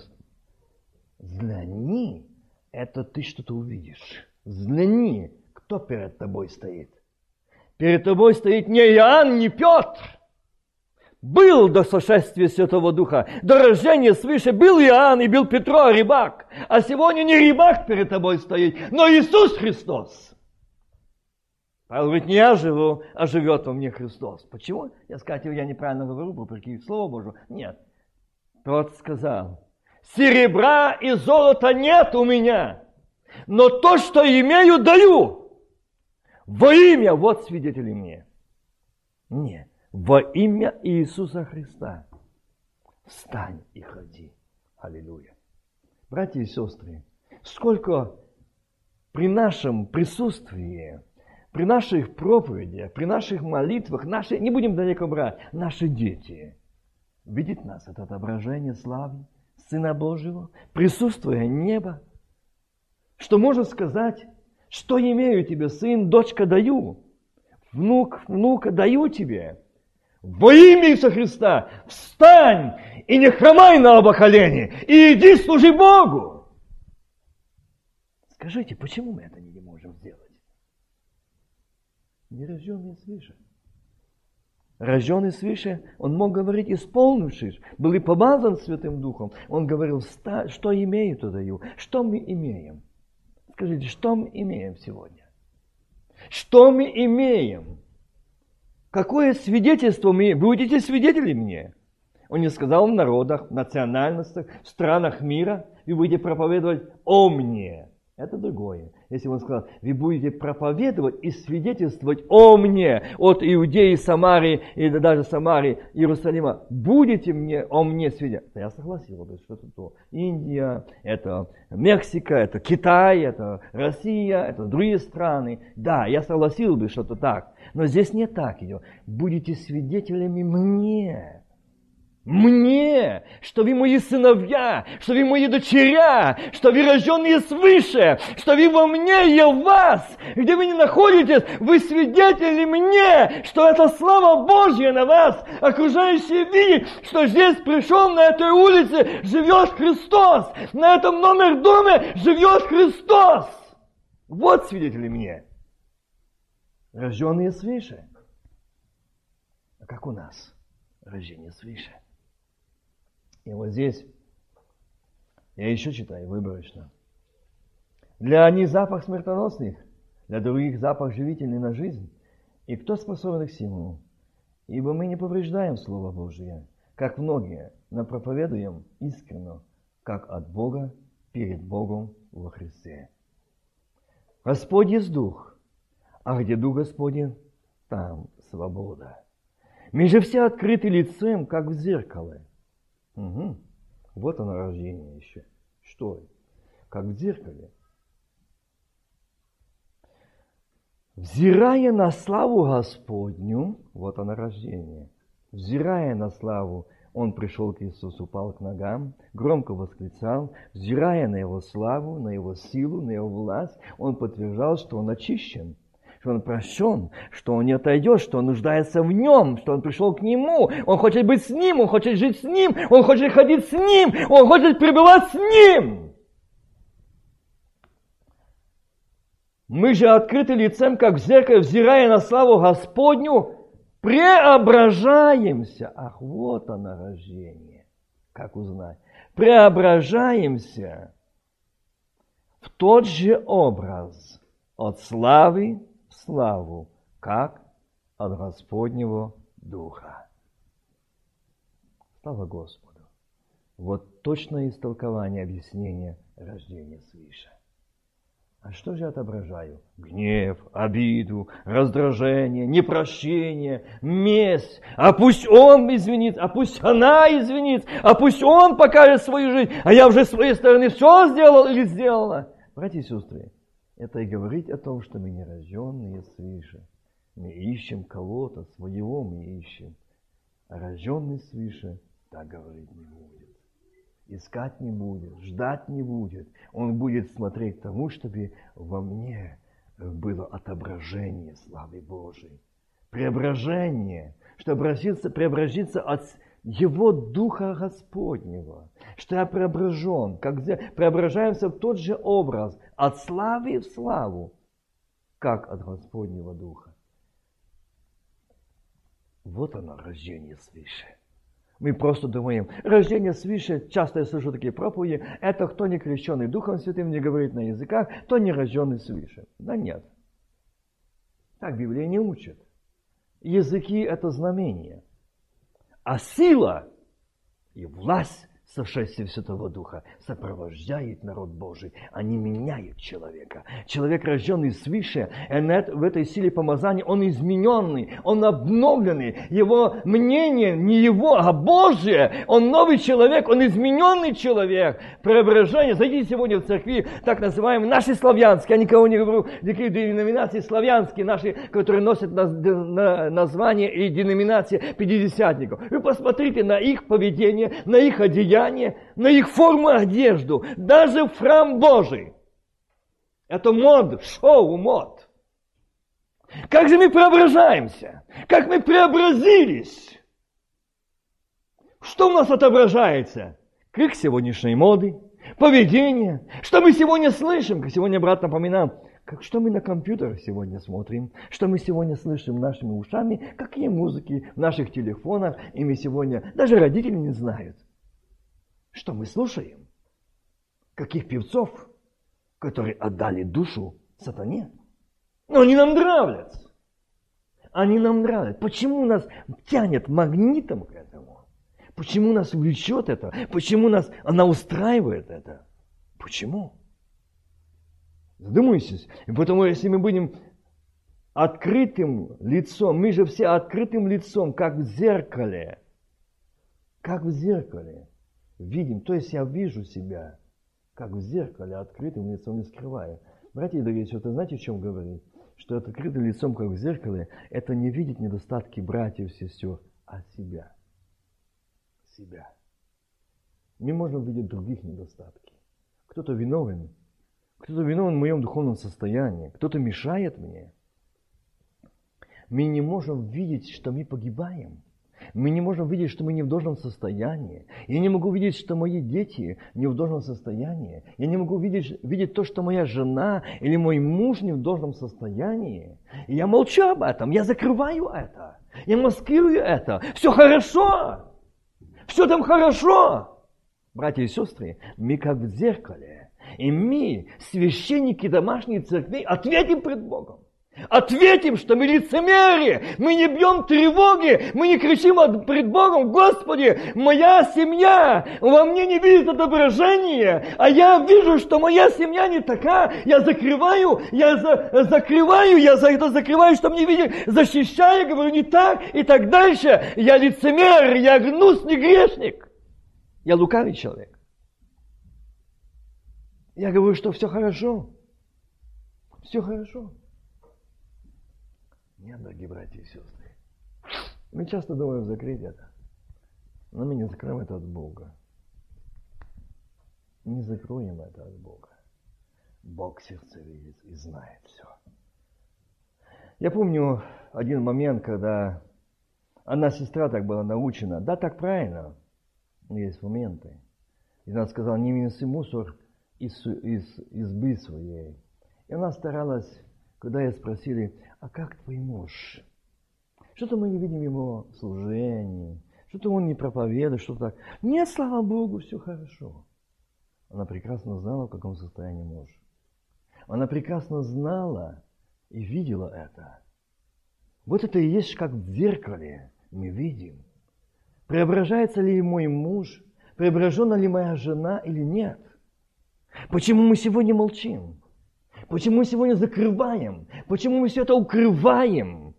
Взгляни, это ты что-то увидишь. Взгляни, кто перед тобой стоит. Перед тобой стоит не Иоанн, не Петр. Был до сошествия Святого Духа, до рождения свыше был Иоанн и был Петро, рыбак. А сегодня не рыбак перед тобой стоит, но Иисус Христос. Павел говорит, не я живу, а живет во мне Христос. Почему? Я сказал, я неправильно говорю, вопреки Слову Божьему. Нет. Тот сказал, серебра и золота нет у меня, но то, что имею, даю. Во имя, вот свидетели мне. Не, во имя Иисуса Христа. Встань и ходи. Аллилуйя. Братья и сестры, сколько при нашем присутствии, при наших проповедях, при наших молитвах, наши, не будем далеко брать, наши дети видят нас, это отображение славы Сына Божьего, присутствие неба, что можно сказать, что имею тебе, сын, дочка даю, внук, внука даю тебе, во имя Иисуса Христа встань и не хромай на оба колени, и иди служи Богу. Скажите, почему мы это не можем сделать? Нерожденный свыше. Рожденный свыше, он мог говорить, исполнившись, был и помазан Святым Духом. Он говорил, что имею, то даю. Что мы имеем? Скажите, что мы имеем сегодня? Что мы имеем? Какое свидетельство мы имеем? Вы будете свидетели мне? Он не сказал в народах, в национальностях, в странах мира, вы будете проповедовать о мне. Это другое. Если он сказал, вы будете проповедовать и свидетельствовать о мне, от Иудеи, Самарии, и даже Самарии, Иерусалима, будете мне о мне свидетельствовать. Я согласился бы, что это то. Индия, это Мексика, это Китай, это Россия, это другие страны. Да, я согласился бы, что это так. Но здесь не так идет. Будете свидетелями мне. Мне, что вы мои сыновья, что вы мои дочеря, что вы рожденные свыше, что вы во мне, я в вас. Где вы не находитесь, вы свидетели мне, что это слава Божья на вас. Окружающие видят, что здесь пришел на этой улице, живет Христос. На этом номер доме живет Христос. Вот свидетели мне. Рожденные свыше. А как у нас? Рождение свыше. И вот здесь, я еще читаю выборочно. Для одних запах смертоносных, для других запах живительный на жизнь. И кто способен к всему? Ибо мы не повреждаем Слово Божие, как многие, но проповедуем искренно, как от Бога перед Богом во Христе. Господь есть Дух, а где Дух Господень, там свобода. Мы же все открыты лицем, как в зеркало. Угу. Вот оно рождение еще. Что? Как в зеркале. Взирая на славу Господню, вот оно рождение. Взирая на славу, он пришел к Иисусу, упал к ногам, громко восклицал, взирая на его славу, на его силу, на его власть, он подтверждал, что он очищен, что он прощен, что он не отойдет, что он нуждается в нем, что он пришел к нему, он хочет быть с ним, он хочет жить с ним, он хочет ходить с ним, он хочет пребывать с ним. Мы же открыты лицем, как в зеркале, взирая на славу Господню, преображаемся. Ах, вот оно рождение. Как узнать? Преображаемся в тот же образ, от славы в славу, как от Господнего Духа. Слава Господу. Вот точное истолкование, объяснение рождения свыше. А что же я отображаю? Гнев, обиду, раздражение, непрощение, месть. А пусть он извинится, а пусть она извинится, а пусть он покажет свою жизнь, а я уже с своей стороны все сделал или сделала. Братья и сестры, это и говорить о том, что мы не рожденные свыше. Мы ищем кого-то, своего мы ищем. А рожденный свыше так говорить не будет. Искать не будет, ждать не будет. Он будет смотреть к тому, чтобы во мне было отображение славы Божией. Преображение, что обратиться, преобразиться от Его Духа Господнего. Что я преображен, как преображаемся в тот же образ, от славы в славу, как от Господнего Духа. Вот оно, рождение свыше. Мы просто думаем, рождение свыше, часто я слышу такие проповеди, это кто не крещенный Духом Святым, не говорит на языках, то не рожденный свыше. Да нет. Так Библия не учит. Языки – это знамение. А сила и власть сошествия Святого Духа сопровождает народ Божий. Они меняют человека. Человек, рожденный свыше, в этой силе помазания, он измененный, он обновленный. Его мнение не его, а Божие. Он новый человек, он измененный человек. Преображение. Зайдите сегодня в церкви, так называемые, наши славянские, я никого не говорю, никакие деноминации славянские, наши, которые носят название и деноминации пятидесятников. Вы посмотрите на их поведение, на их одеяние, на их форму одежду, даже в храм Божий. Это мод, шоу, мод. Как же мы преображаемся? Как мы преобразились? Что у нас отображается? Крик сегодняшней моды, поведение. Что мы сегодня слышим? Как сегодня брат напоминал, как, что мы на компьютерах сегодня смотрим, что мы сегодня слышим нашими ушами, какие музыки в наших телефонах, и мы сегодня, даже родители не знают. Что мы слушаем? Каких певцов, которые отдали душу сатане? Но они нам нравятся. Они нам нравятся. Почему нас тянет магнитом к этому? Почему нас влечет это? Почему нас она устраивает это? Почему? Задумайтесь. И потому, если мы будем открытым лицом, мы же все открытым лицом, как в зеркале. Как в зеркале. Видим, то есть я вижу себя, как в зеркале, открытым лицом, не скрывая. Братья и дорогие сестры, знаете, о чем говорит? Что это открытым лицом, как в зеркале, это не видеть недостатки братьев и сестер, а себя. Себя. Мы можем видеть других недостатки. Кто-то виновен. Кто-то виновен в моем духовном состоянии. Кто-то мешает мне. Мы не можем видеть, что мы погибаем. Мы не можем видеть, что мы не в должном состоянии. Я не могу видеть, что мои дети не в должном состоянии. Я не могу видеть, видеть то, что моя жена или мой муж не в должном состоянии. И я молчу об этом, я закрываю это. Я маскирую это. Все хорошо. Все там хорошо. Братья и сестры, мы как в зеркале. И мы, священники домашней церкви, ответим пред Богом. Ответим, что мы лицемерие, мы не бьем тревоги, мы не кричим пред Богом: Господи, моя семья во мне не видит отображения, а я вижу, что моя семья не такая, я закрываю, я за, закрываю, я за это закрываю, чтобы не видели, защищаю, говорю не так и так дальше. Я лицемер, я гнусный грешник, я лукавый человек. Я говорю, что все хорошо, все хорошо. Нет, дорогие братья и сестры, мы часто думаем закрыть это, но мы не закроем это от Бога. Не закроем это от Бога. Бог сердце видит и знает все. Я помню один момент, когда одна сестра так была научена: да, так правильно, но есть моменты. И она сказала: не вынеси мусор из, из избы своей. И она старалась, когда ее спросили: а как твой муж? Что-то мы не видим его служений, что-то он не проповедует, что-то так. Нет, слава Богу, все хорошо. Она прекрасно знала, в каком состоянии муж. Она прекрасно знала и видела это. Вот это и есть как в зеркале мы видим. Преображается ли мой муж, преображена ли моя жена или нет. Почему мы сегодня молчим? Почему мы сегодня закрываем? Почему мы все это укрываем?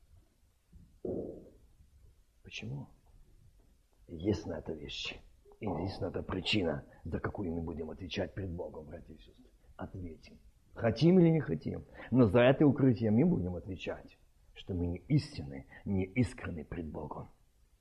Почему? Есть на это вещи. И есть на это причина, за какую мы будем отвечать перед Богом, братья и сестры. Ответим. Хотим или не хотим. Но за это укрытие мы будем отвечать, что мы не истинны, не искренны пред Богом.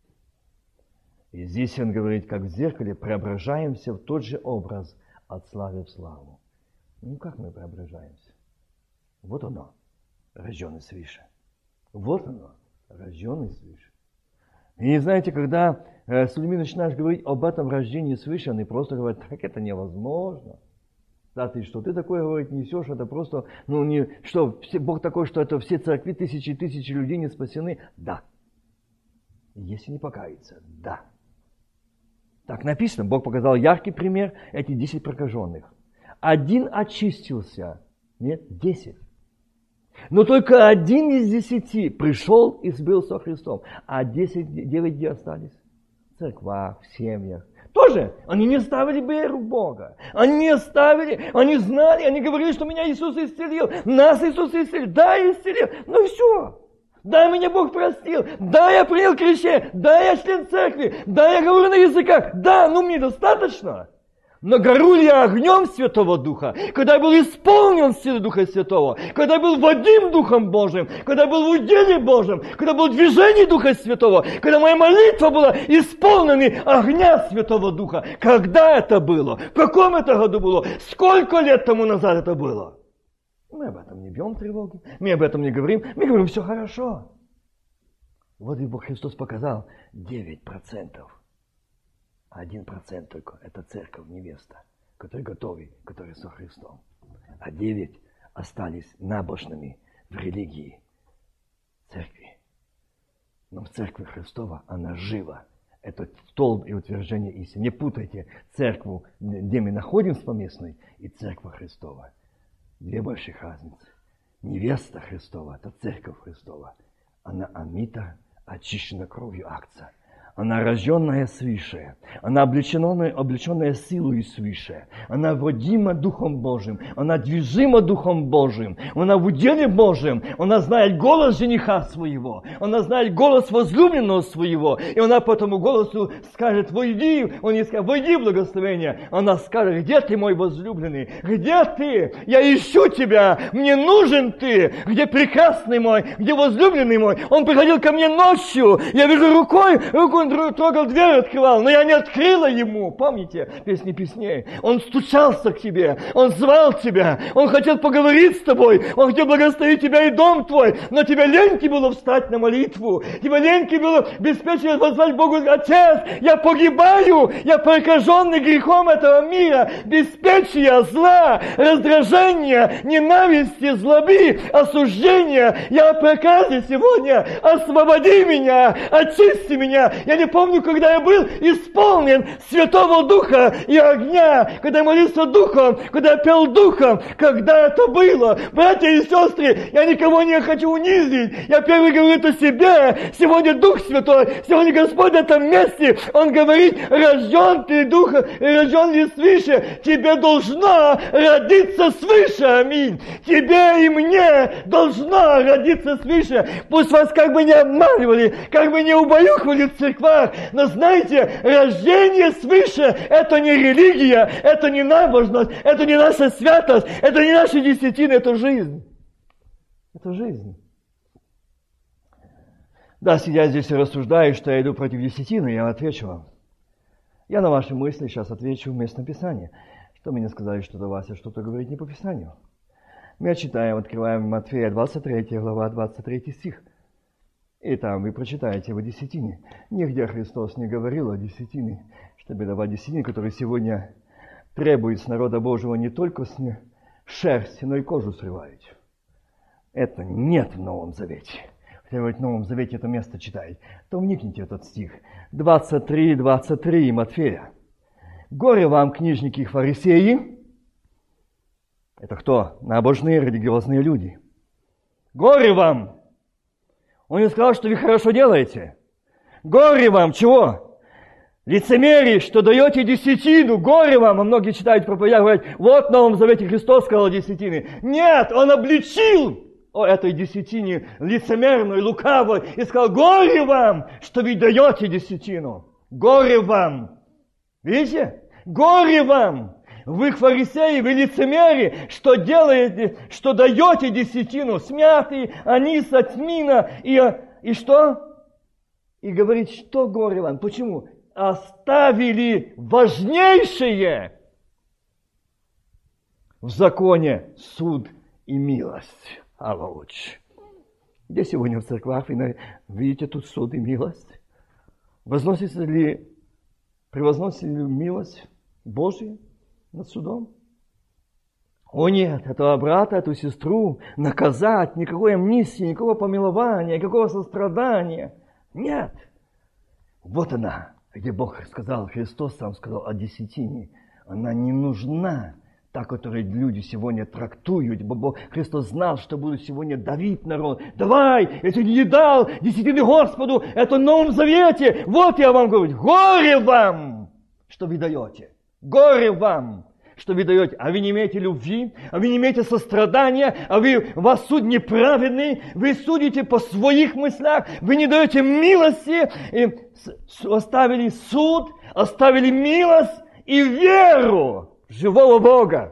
И здесь он говорит, как в зеркале преображаемся в тот же образ от славы в славу. Ну, как мы преображаемся? Вот оно, рожденный свыше. Вот оно, рожденный свыше. И знаете, когда э, с людьми начинаешь говорить об этом рождении свыше, они просто говорят: так это невозможно. Да ты что, ты такое, говорить, несешь, это просто, ну, не, что, все, Бог такой, что это все церкви, тысячи и тысячи людей не спасены? Да. Если не покаяться, да. Так написано, Бог показал яркий пример, эти десять прокаженных. Один очистился, нет, десять. Но только один из десяти пришел и был со Христом, а десять, девять где остались? В церквах, в семьях. Тоже они не ставили веру в Бога. Они не ставили, они знали, они говорили, что меня Иисус исцелил. Нас Иисус исцелил. Да, исцелил. Ну и все. Да, меня Бог простил. Да, я принял крещение. Да, я член церкви. Да, я говорю на языках. Да, ну мне достаточно. Но горю ли я огнем Святого Духа, когда я был исполнен силой Духа Святого, когда я был водим Духом Божьим, когда я был в уделе Божьем, когда был в движении Духа Святого, когда моя молитва была исполнена огня Святого Духа. Когда это было? В каком это году было? Сколько лет тому назад это было? Мы об этом не бьем тревоги, мы об этом не говорим, мы говорим: все хорошо. Вот и Бог Христос показал девять процентов. Один процент только – это церковь, невеста, которые готовы, которые со Христом. А девять остались набожными в религии церкви. Но в церкви Христова она жива. Это столб и утверждение истины. Не путайте церкву, где мы находимся поместной, и церковь Христова. Две больших разницы. Невеста Христова – это церковь Христова. Она омита, очищена кровью Агнца. Она рожденная свыше, она облеченная, облеченная силой свыше, она водима Духом Божьим, она движима Духом Божьим, она в уделе Божьем, она знает голос жениха своего, она знает голос возлюбленного своего, и она по этому голосу скажет: войди, он не скажет: войди в благословение, она скажет: где ты, мой возлюбленный, где ты, я ищу тебя, мне нужен ты, где прекрасный мой, где возлюбленный мой, он приходил ко мне ночью, я вижу рукой, рукой трогал дверь, открывал, но я не открыла ему. Помните песни песней? Он стучался к тебе, он звал тебя, он хотел поговорить с тобой, он хотел благословить тебя и дом твой, но тебе леньки было встать на молитву, тебе леньки было беспечно воззвать Богу: Отец, я погибаю, я прокаженный грехом этого мира, беспечия, зла, раздражения, ненависти, злобы, осуждения, я в проказе сегодня, освободи меня, очисти меня, Я не помню, когда я был исполнен Святого Духа и огня, когда я молился Духом, когда я пел Духом, когда это было. Братья и сестры, я никого не хочу унизить. Я первый говорю это себе. Сегодня Дух Святой, сегодня Господь в этом месте, Он говорит, рожден ты Духом, рожден ли свыше, тебе должна родиться свыше, аминь. Тебе и мне должна родиться свыше. Пусть вас как бы не обманывали, как бы не убаюкивали в церквах, но знаете, рождение свыше, это не религия, это не набожность, это не наша святость, это не наши десятины, это жизнь. Это жизнь. Да, сидя здесь и рассуждаю, что я иду против десятины, я отвечу вам. Я на ваши мысли сейчас отвечу в местном Писании. Что мне сказали, что-то Вася что-то говорит не по Писанию. Мы читаем, открываем Матфея двадцать третья глава, двадцать третий стих. И там вы прочитаете о десятине. Нигде Христос не говорил о десятине, чтобы давать десятину, которая сегодня требует с народа Божьего не только шерсть, но и кожу срывать. Это нет в Новом Завете. Хотя вы в Новом Завете это место читаете, то вникните в этот стих. двадцать три, двадцать три Матфея. «Горе вам, книжники и фарисеи». Это кто? Набожные, религиозные люди. «Горе вам!» Он не сказал, что вы хорошо делаете. «Горе вам!» Чего? Лицемерие, что даете десятину. Горе вам! А многие читают проповедь, говорят, вот в Новом Завете Христос сказал о десятине. Нет, Он обличил о этой десятине лицемерной, лукавой, и сказал, горе вам, что вы даете десятину. Горе вам. Видите? Горе вам. Вы фарисеи, вы лицемерие, что делаете, что даете десятину, смятый, аниса, тмина, и, и что? И говорит, что горе вам. Почему? Оставили важнейшее в законе суд и милость. Аллауч. Где сегодня в церквах вы видите тут суд и милость? Возносится ли, превозносится ли милость Божия над судом? О нет, этого брата, эту сестру наказать, никакой амнистии, никакого помилования, никакого сострадания. Нет. Вот она, где Бог сказал, Христос сам сказал о десятине. Она не нужна. Та, которую люди сегодня трактуют. Бо Христос знал, что будут сегодня давить народ. Давай, если не дал десятины Господу, это в Новом Завете. Вот я вам говорю, горе вам, что вы даете. Горе вам, что вы даете. А вы не имеете любви, а вы не имеете сострадания, а вы, вас суд неправедный, вы судите по своих мыслях, вы не даете милости, и оставили суд, оставили милость и веру живого Бога.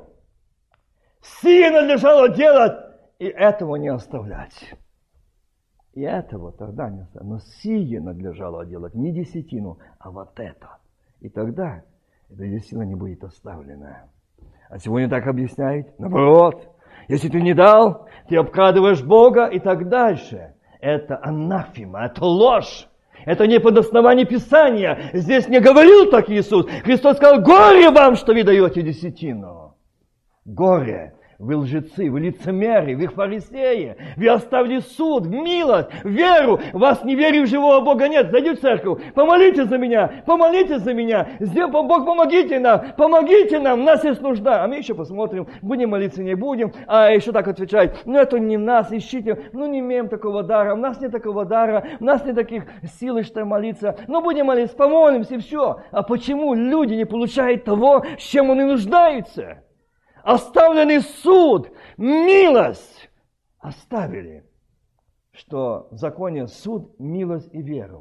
Сие надлежало делать, и этого не оставлять. И этого тогда не оставлять. Но сие надлежало делать не десятину, а вот это. И тогда эта десятина не будет оставлена. А сегодня так объясняет. Наоборот, если ты не дал, ты обкрадываешь Бога и так дальше. Это анафема, это ложь. Это не под основание Писания. Здесь не говорил так Иисус. Христос сказал, горе вам, что вы даете десятину. Горе. Вы лжецы, вы лицемеры, вы фарисеи. Вы оставили суд, милость, веру. Вас не веры в живого Бога нет. Зайди в церковь, помолите за меня, помолите за меня. Здесь, Бог, помогите нам, помогите нам, у нас есть нужда. А мы еще посмотрим, будем молиться, не будем. А еще так отвечает, ну это не нас, ищите. Ну не имеем такого дара, у нас нет такого дара, у нас нет таких сил, что молиться. Ну будем молиться, помолимся и все. А почему люди не получают того, с чем они нуждаются? Оставленный суд, милость оставили, что в законе суд, милость и веру.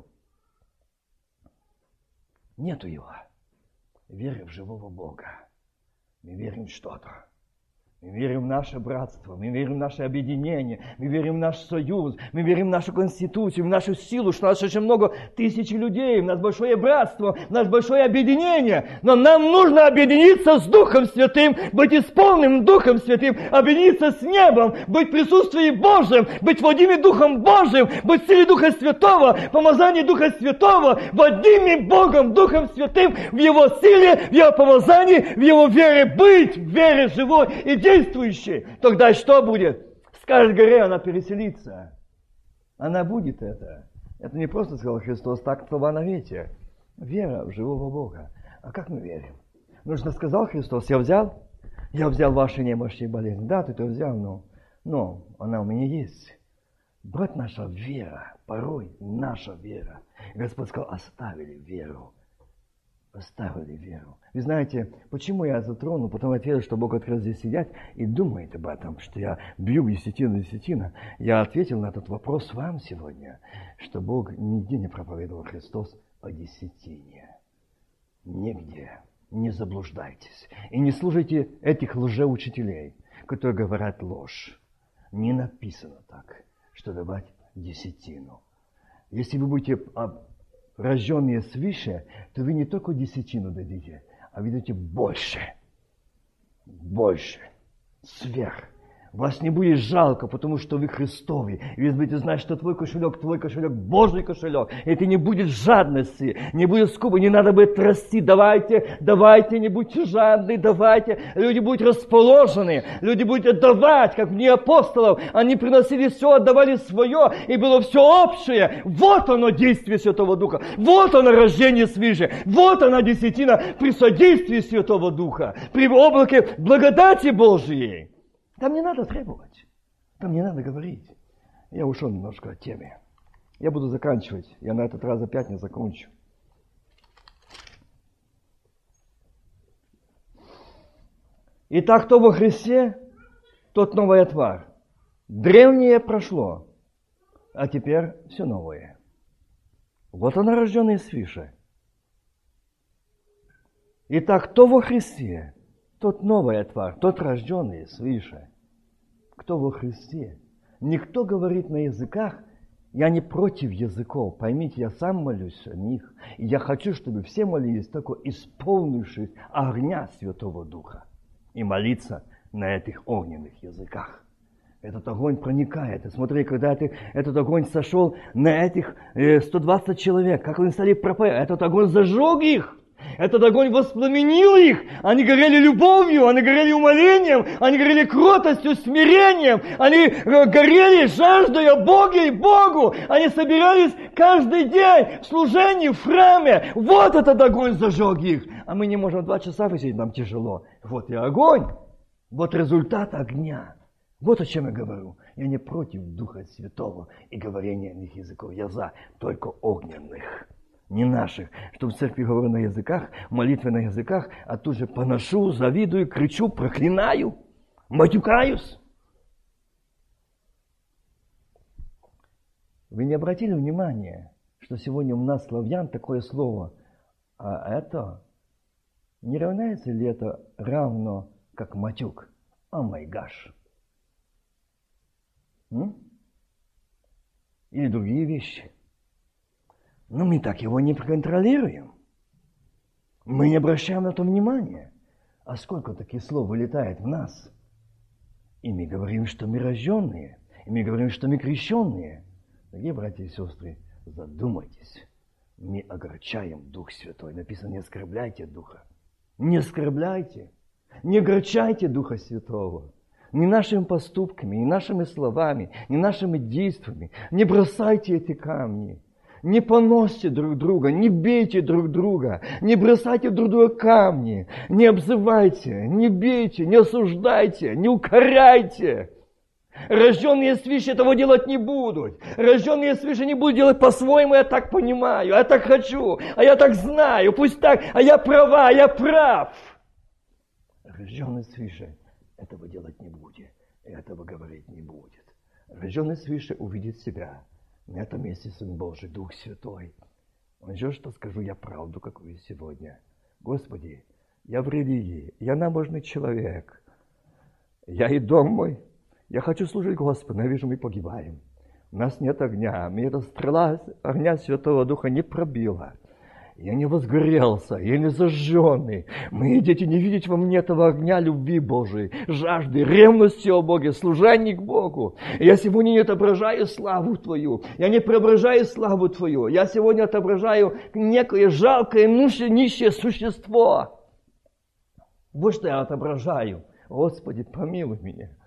Нету его. Веры в живого Бога. Мы верим в что-то. Мы верим в наше братство, мы верим в наше объединение, мы верим в наш союз, мы верим в нашу конституцию, в нашу силу, что у нас очень много тысяч людей, у нас большое братство, у нас большое объединение. Но нам нужно объединиться с Духом Святым, быть исполненным Духом Святым, объединиться с небом, быть в присутствии Божьем, быть водимым Духом Божьим, быть в силе Духа Святого, помазании Духа Святого, водимым Богом Духом Святым, в Его силе, в Его помазании, в Его вере быть, в вере живой и действующий, тогда что будет? Скажет горе, она переселится. Она будет это. Это не просто сказал Христос, так слова на ветер. Вера в живого Бога. А как мы верим? Нужно сказал Христос, я взял, я взял ваши немощи и болезни. Да, ты это взял, но, но она у меня есть. Брат, наша вера, порой наша вера. Господь сказал, оставили веру. Оставили веру. Вы знаете, почему я затронул? Потому что я верю, что Бог открыл здесь сидеть и думает об этом, что я бью десятину, десятина. Я ответил на этот вопрос вам сегодня, что Бог нигде не проповедовал Христос о десятине. Нигде. Не заблуждайтесь. И не слушайте этих лжеучителей, которые говорят ложь. Не написано так, что давать десятину. Если вы будете рожденные свыше, то вы не только десятину дадите, а вы дадите больше. Больше. Сверх. Вас не будет жалко, потому что вы Христовы. И вы будете знать, что твой кошелек, твой кошелек, Божий кошелек. И это не будет жадности, не будет скупа, не надо будет расти. Давайте, давайте, не будьте жадны, давайте. Люди будут расположены, люди будут отдавать, как мне апостолов. Они приносили все, отдавали свое, и было все общее. Вот оно действие Святого Духа. Вот оно рождение свыше. Вот она десятина при содействии Святого Духа. При облаке благодати Божьей. Там не надо требовать. Там не надо говорить. Я ушел немножко от темы. Я буду заканчивать. Я на этот раз опять не закончу. Итак, кто во Христе, тот новая тварь. Древнее прошло, а теперь все новое. Вот она, рожденная свыше. Итак, кто во Христе, тот новая тварь, тот рожденный свыше. Кто во Христе? Никто говорит на языках, я не против языков. Поймите, я сам молюсь о них. И я хочу, чтобы все молились, только исполнившись огня Святого Духа. И молиться на этих огненных языках. Этот огонь проникает. И смотри, когда это, этот огонь сошел на этих э, сто двадцать человек, как они стали проповедовать, этот огонь зажег их. Этот огонь воспламенил их. Они горели любовью, они горели умолением, они горели кротостью, смирением. Они горели жаждой о Боге и Богу. Они собирались каждый день в служении, в храме. Вот этот огонь зажег их. А мы не можем два часа висеть, нам тяжело. Вот и огонь. Вот результат огня. Вот о чем я говорю. Я не против Духа Святого и говорения иных языков. Я за, только огненных. Не наших, что в церкви говорю на языках, молитвы на языках, а тут же поношу, завидую, кричу, проклинаю, матюкаюсь. Вы не обратили внимания, что сегодня у нас, славян, такое слово, а это, не равняется ли это равно, как матюк? О май гаш. Или другие вещи. Но мы так его не контролируем. Мы не обращаем на то внимания. А сколько таких слов вылетает в нас? И мы говорим, что мы рожденные. И мы говорим, что мы крещенные. Дорогие братья и сестры, задумайтесь. Мы огорчаем Дух Святой. Написано, не оскорбляйте Духа. Не оскорбляйте. Не огорчайте Духа Святого. Ни нашими поступками, ни нашими словами, ни нашими действиями. Не бросайте эти камни. Не поносите друг друга, не бейте друг друга, не бросайте друг друга камни, не обзывайте, не бейте, не осуждайте, не укоряйте. Рожденные свыше этого делать не будут. Рожденные свыше не будут делать по-своему, я так понимаю, я так хочу, а я так знаю, пусть так, а я права, а я прав. Рожденный свыше этого делать не будет, этого говорить не будет. Рожденный свыше увидит себя. На этом месте Сын Божий, Дух Святой. Он ждет, что скажу я правду, какую сегодня. Господи, я в религии, я набожный человек. Я и дом мой. Я хочу служить Господу, но я вижу, мы погибаем. У нас нет огня. Мне эта стрела огня Святого Духа не пробила. Я не возгорелся, я не зажженный. Мои дети не видят во мне этого огня любви Божией, жажды, ревности о Боге, служения к Богу. Я сегодня не отображаю славу Твою, я не преображаю славу Твою. Я сегодня отображаю некое жалкое, нищее существо. Вот что я отображаю. Господи, помилуй меня.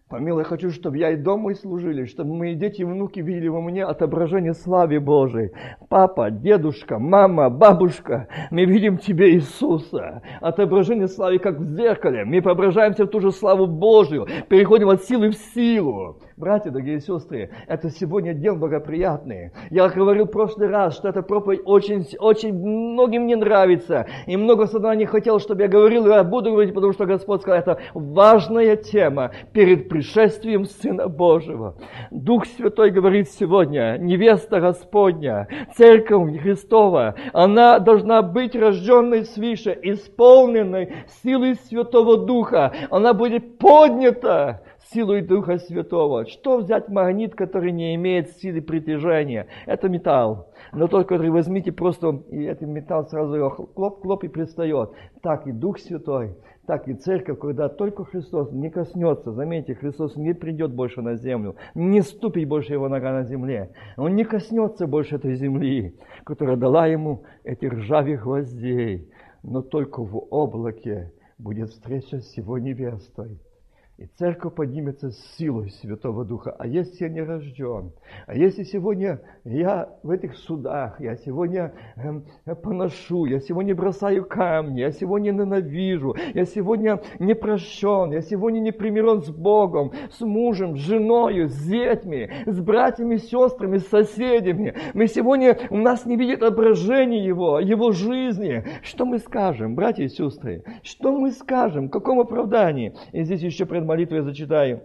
Помилуй, я хочу, чтобы я и дома и служили, чтобы мои дети и внуки видели во мне отображение славы Божией. Папа, дедушка, мама, бабушка, мы видим Тебе Иисуса. Отображение славы, как в зеркале. Мы преображаемся в ту же славу Божию, переходим от силы в силу. Братья, дорогие сестры, это сегодня день благоприятный. Я говорил в прошлый раз, что эта проповедь очень, очень многим не нравится. И много сатана не хотел, чтобы я говорил, и я буду говорить, потому что Господь сказал, это важная тема перед пришествием Сына Божьего. Дух Святой говорит сегодня, невеста Господня, Церковь Христова, она должна быть рожденной свыше, исполненной силой Святого Духа. Она будет поднята силой Духа Святого. Что взять магнит, который не имеет силы притяжения? Это металл. Но тот, который возьмите просто, и этот металл сразу его хлоп-хлоп и пристает. Так и Дух Святой, так и Церковь, когда только Христос не коснется, заметьте, Христос не придет больше на землю, не ступит больше его нога на земле. Он не коснется больше этой земли, которая дала ему эти ржавых гвоздей. Но только в облаке будет встреча с его невестой. И церковь поднимется с силой Святого Духа. А если я не рожден, а если сегодня я в этих судах, я сегодня э, поношу, я сегодня бросаю камни, я сегодня ненавижу, я сегодня не прощен, я сегодня не примирен с Богом, с мужем, с женой, с детьми, с братьями, сестрами, с соседями. Мы сегодня, у нас не видит отображение Его, Его жизни. Что мы скажем, братья и сестры? Что мы скажем? В каком оправдании? И здесь еще пред молитвой я зачитаю.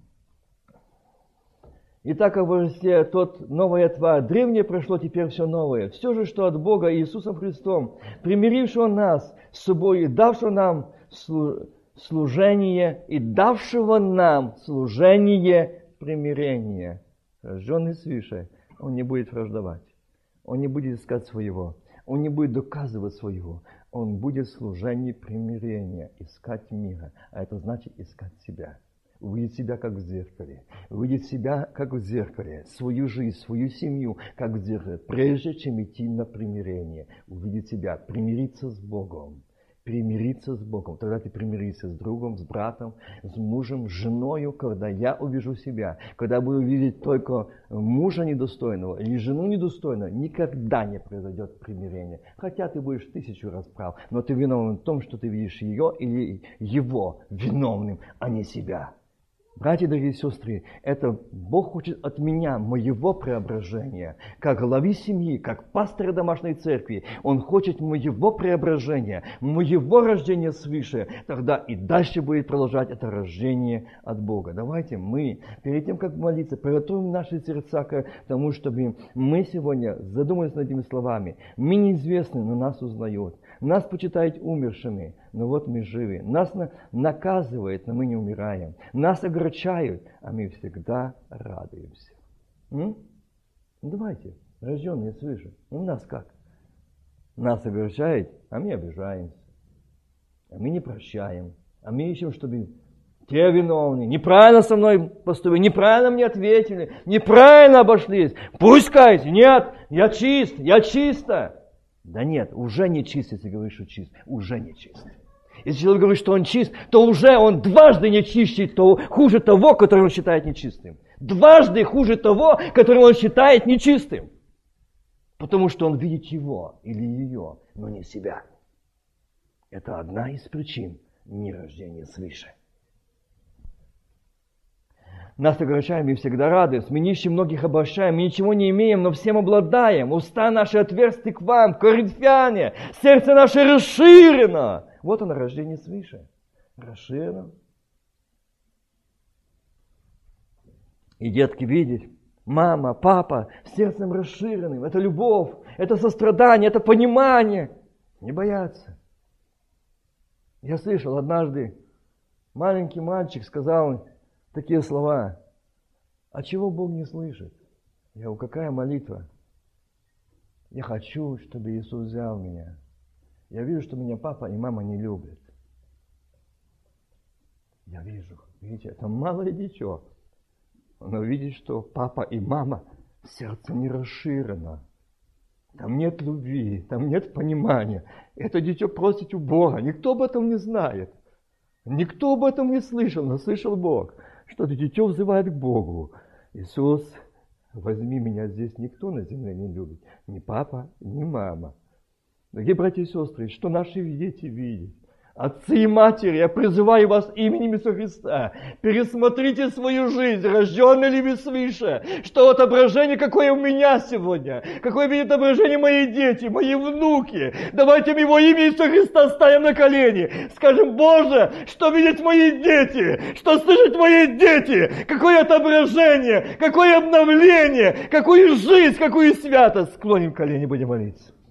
Итак, как во тот новая тварь, древнее прошло, теперь все новое. Все же, что от Бога и Иисусом Христом, примирившего нас с собой и давшего нам служение, и давшего нам служение примирения. Рожденный свыше, он не будет враждовать, он не будет искать своего, он не будет доказывать своего. Он будет в служении примирения, искать мира. А это значит искать себя. Увидеть себя, как в зеркале. Увидеть себя, как в зеркале. Свою жизнь, свою семью, как в зеркале. Прежде чем идти на примирение. Увидеть себя, примириться с Богом. Примириться с Богом. Тогда ты примиришься с другом, с братом, с мужем, с женою, когда я увижу себя. Когда буду видеть только мужа недостойного или жену недостойную, никогда не произойдет примирение. Хотя ты будешь тысячу раз прав, но ты виновен в том, что ты видишь ее или его виновным, а не себя. Братья, дорогие сестры, это Бог хочет от меня, моего преображения, как главы семьи, как пастора домашней церкви. Он хочет моего преображения, моего рождения свыше. Тогда и дальше будет продолжать это рождение от Бога. Давайте мы, перед тем, как молиться, приготовим наши сердца к тому, чтобы мы сегодня задумались над этими словами. Мы неизвестны, но нас узнают. Нас почитают умершими, но вот мы живы. Нас наказывают, но мы не умираем. Нас огорчают, а мы всегда радуемся. М? Давайте, рожденные свыше. У нас как? Нас огорчают, а мы обижаемся. А мы не прощаем. А мы ищем, чтобы те виновны. Неправильно со мной поступили, неправильно мне ответили, неправильно обошлись. Пусть каются. Нет, я чист, я чисто. Да нет, уже не чист, если говоришь, что чист. Уже не чист. Если человек говорит, что он чист, то уже он дважды не чище, то хуже того, которого он считает нечистым. Дважды хуже того, которого он считает нечистым. Потому что он видит его или ее, но не себя. Это одна из причин нерождения свыше. Нас огорчаем и всегда рады, с нищим многих обольщаем, мы ничего не имеем, но всем обладаем. Уста наши отверсты к вам, коринфяне, сердце наше расширено. Вот оно, рождение свыше. Расширено. И детки видеть, мама, папа, сердцем расширенным. Это любовь, это сострадание, это понимание. Не бояться. Я слышал однажды, маленький мальчик сказал такие слова. А чего Бог не слышит? Я говорю, какая молитва? Я хочу, чтобы Иисус взял меня. Я вижу, что меня папа и мама не любят. Я вижу, видите, это малое дитё. Оно видит, что папа и мама, сердце не расширено. Там нет любви, там нет понимания. Это дитё просит у Бога. Никто об этом не знает. Никто об этом не слышал, но слышал Бог. что это дитё взывает к Богу. Иисус, возьми меня, здесь никто на земле не любит. Ни папа, ни мама. Дорогие братья и сестры, что наши дети видят? Отцы и матери, я призываю вас именем Иисуса Христа, пересмотрите свою жизнь, рожденный ли вы свыше, что отображение, какое у меня сегодня, какое видят отображение мои дети, мои внуки. Давайте мы во имя Иисуса Христа ставим на колени, скажем: Боже, что видят мои дети, что слышат мои дети, какое отображение, какое обновление, какую жизнь, какую святость. Склоним колени, будем молиться.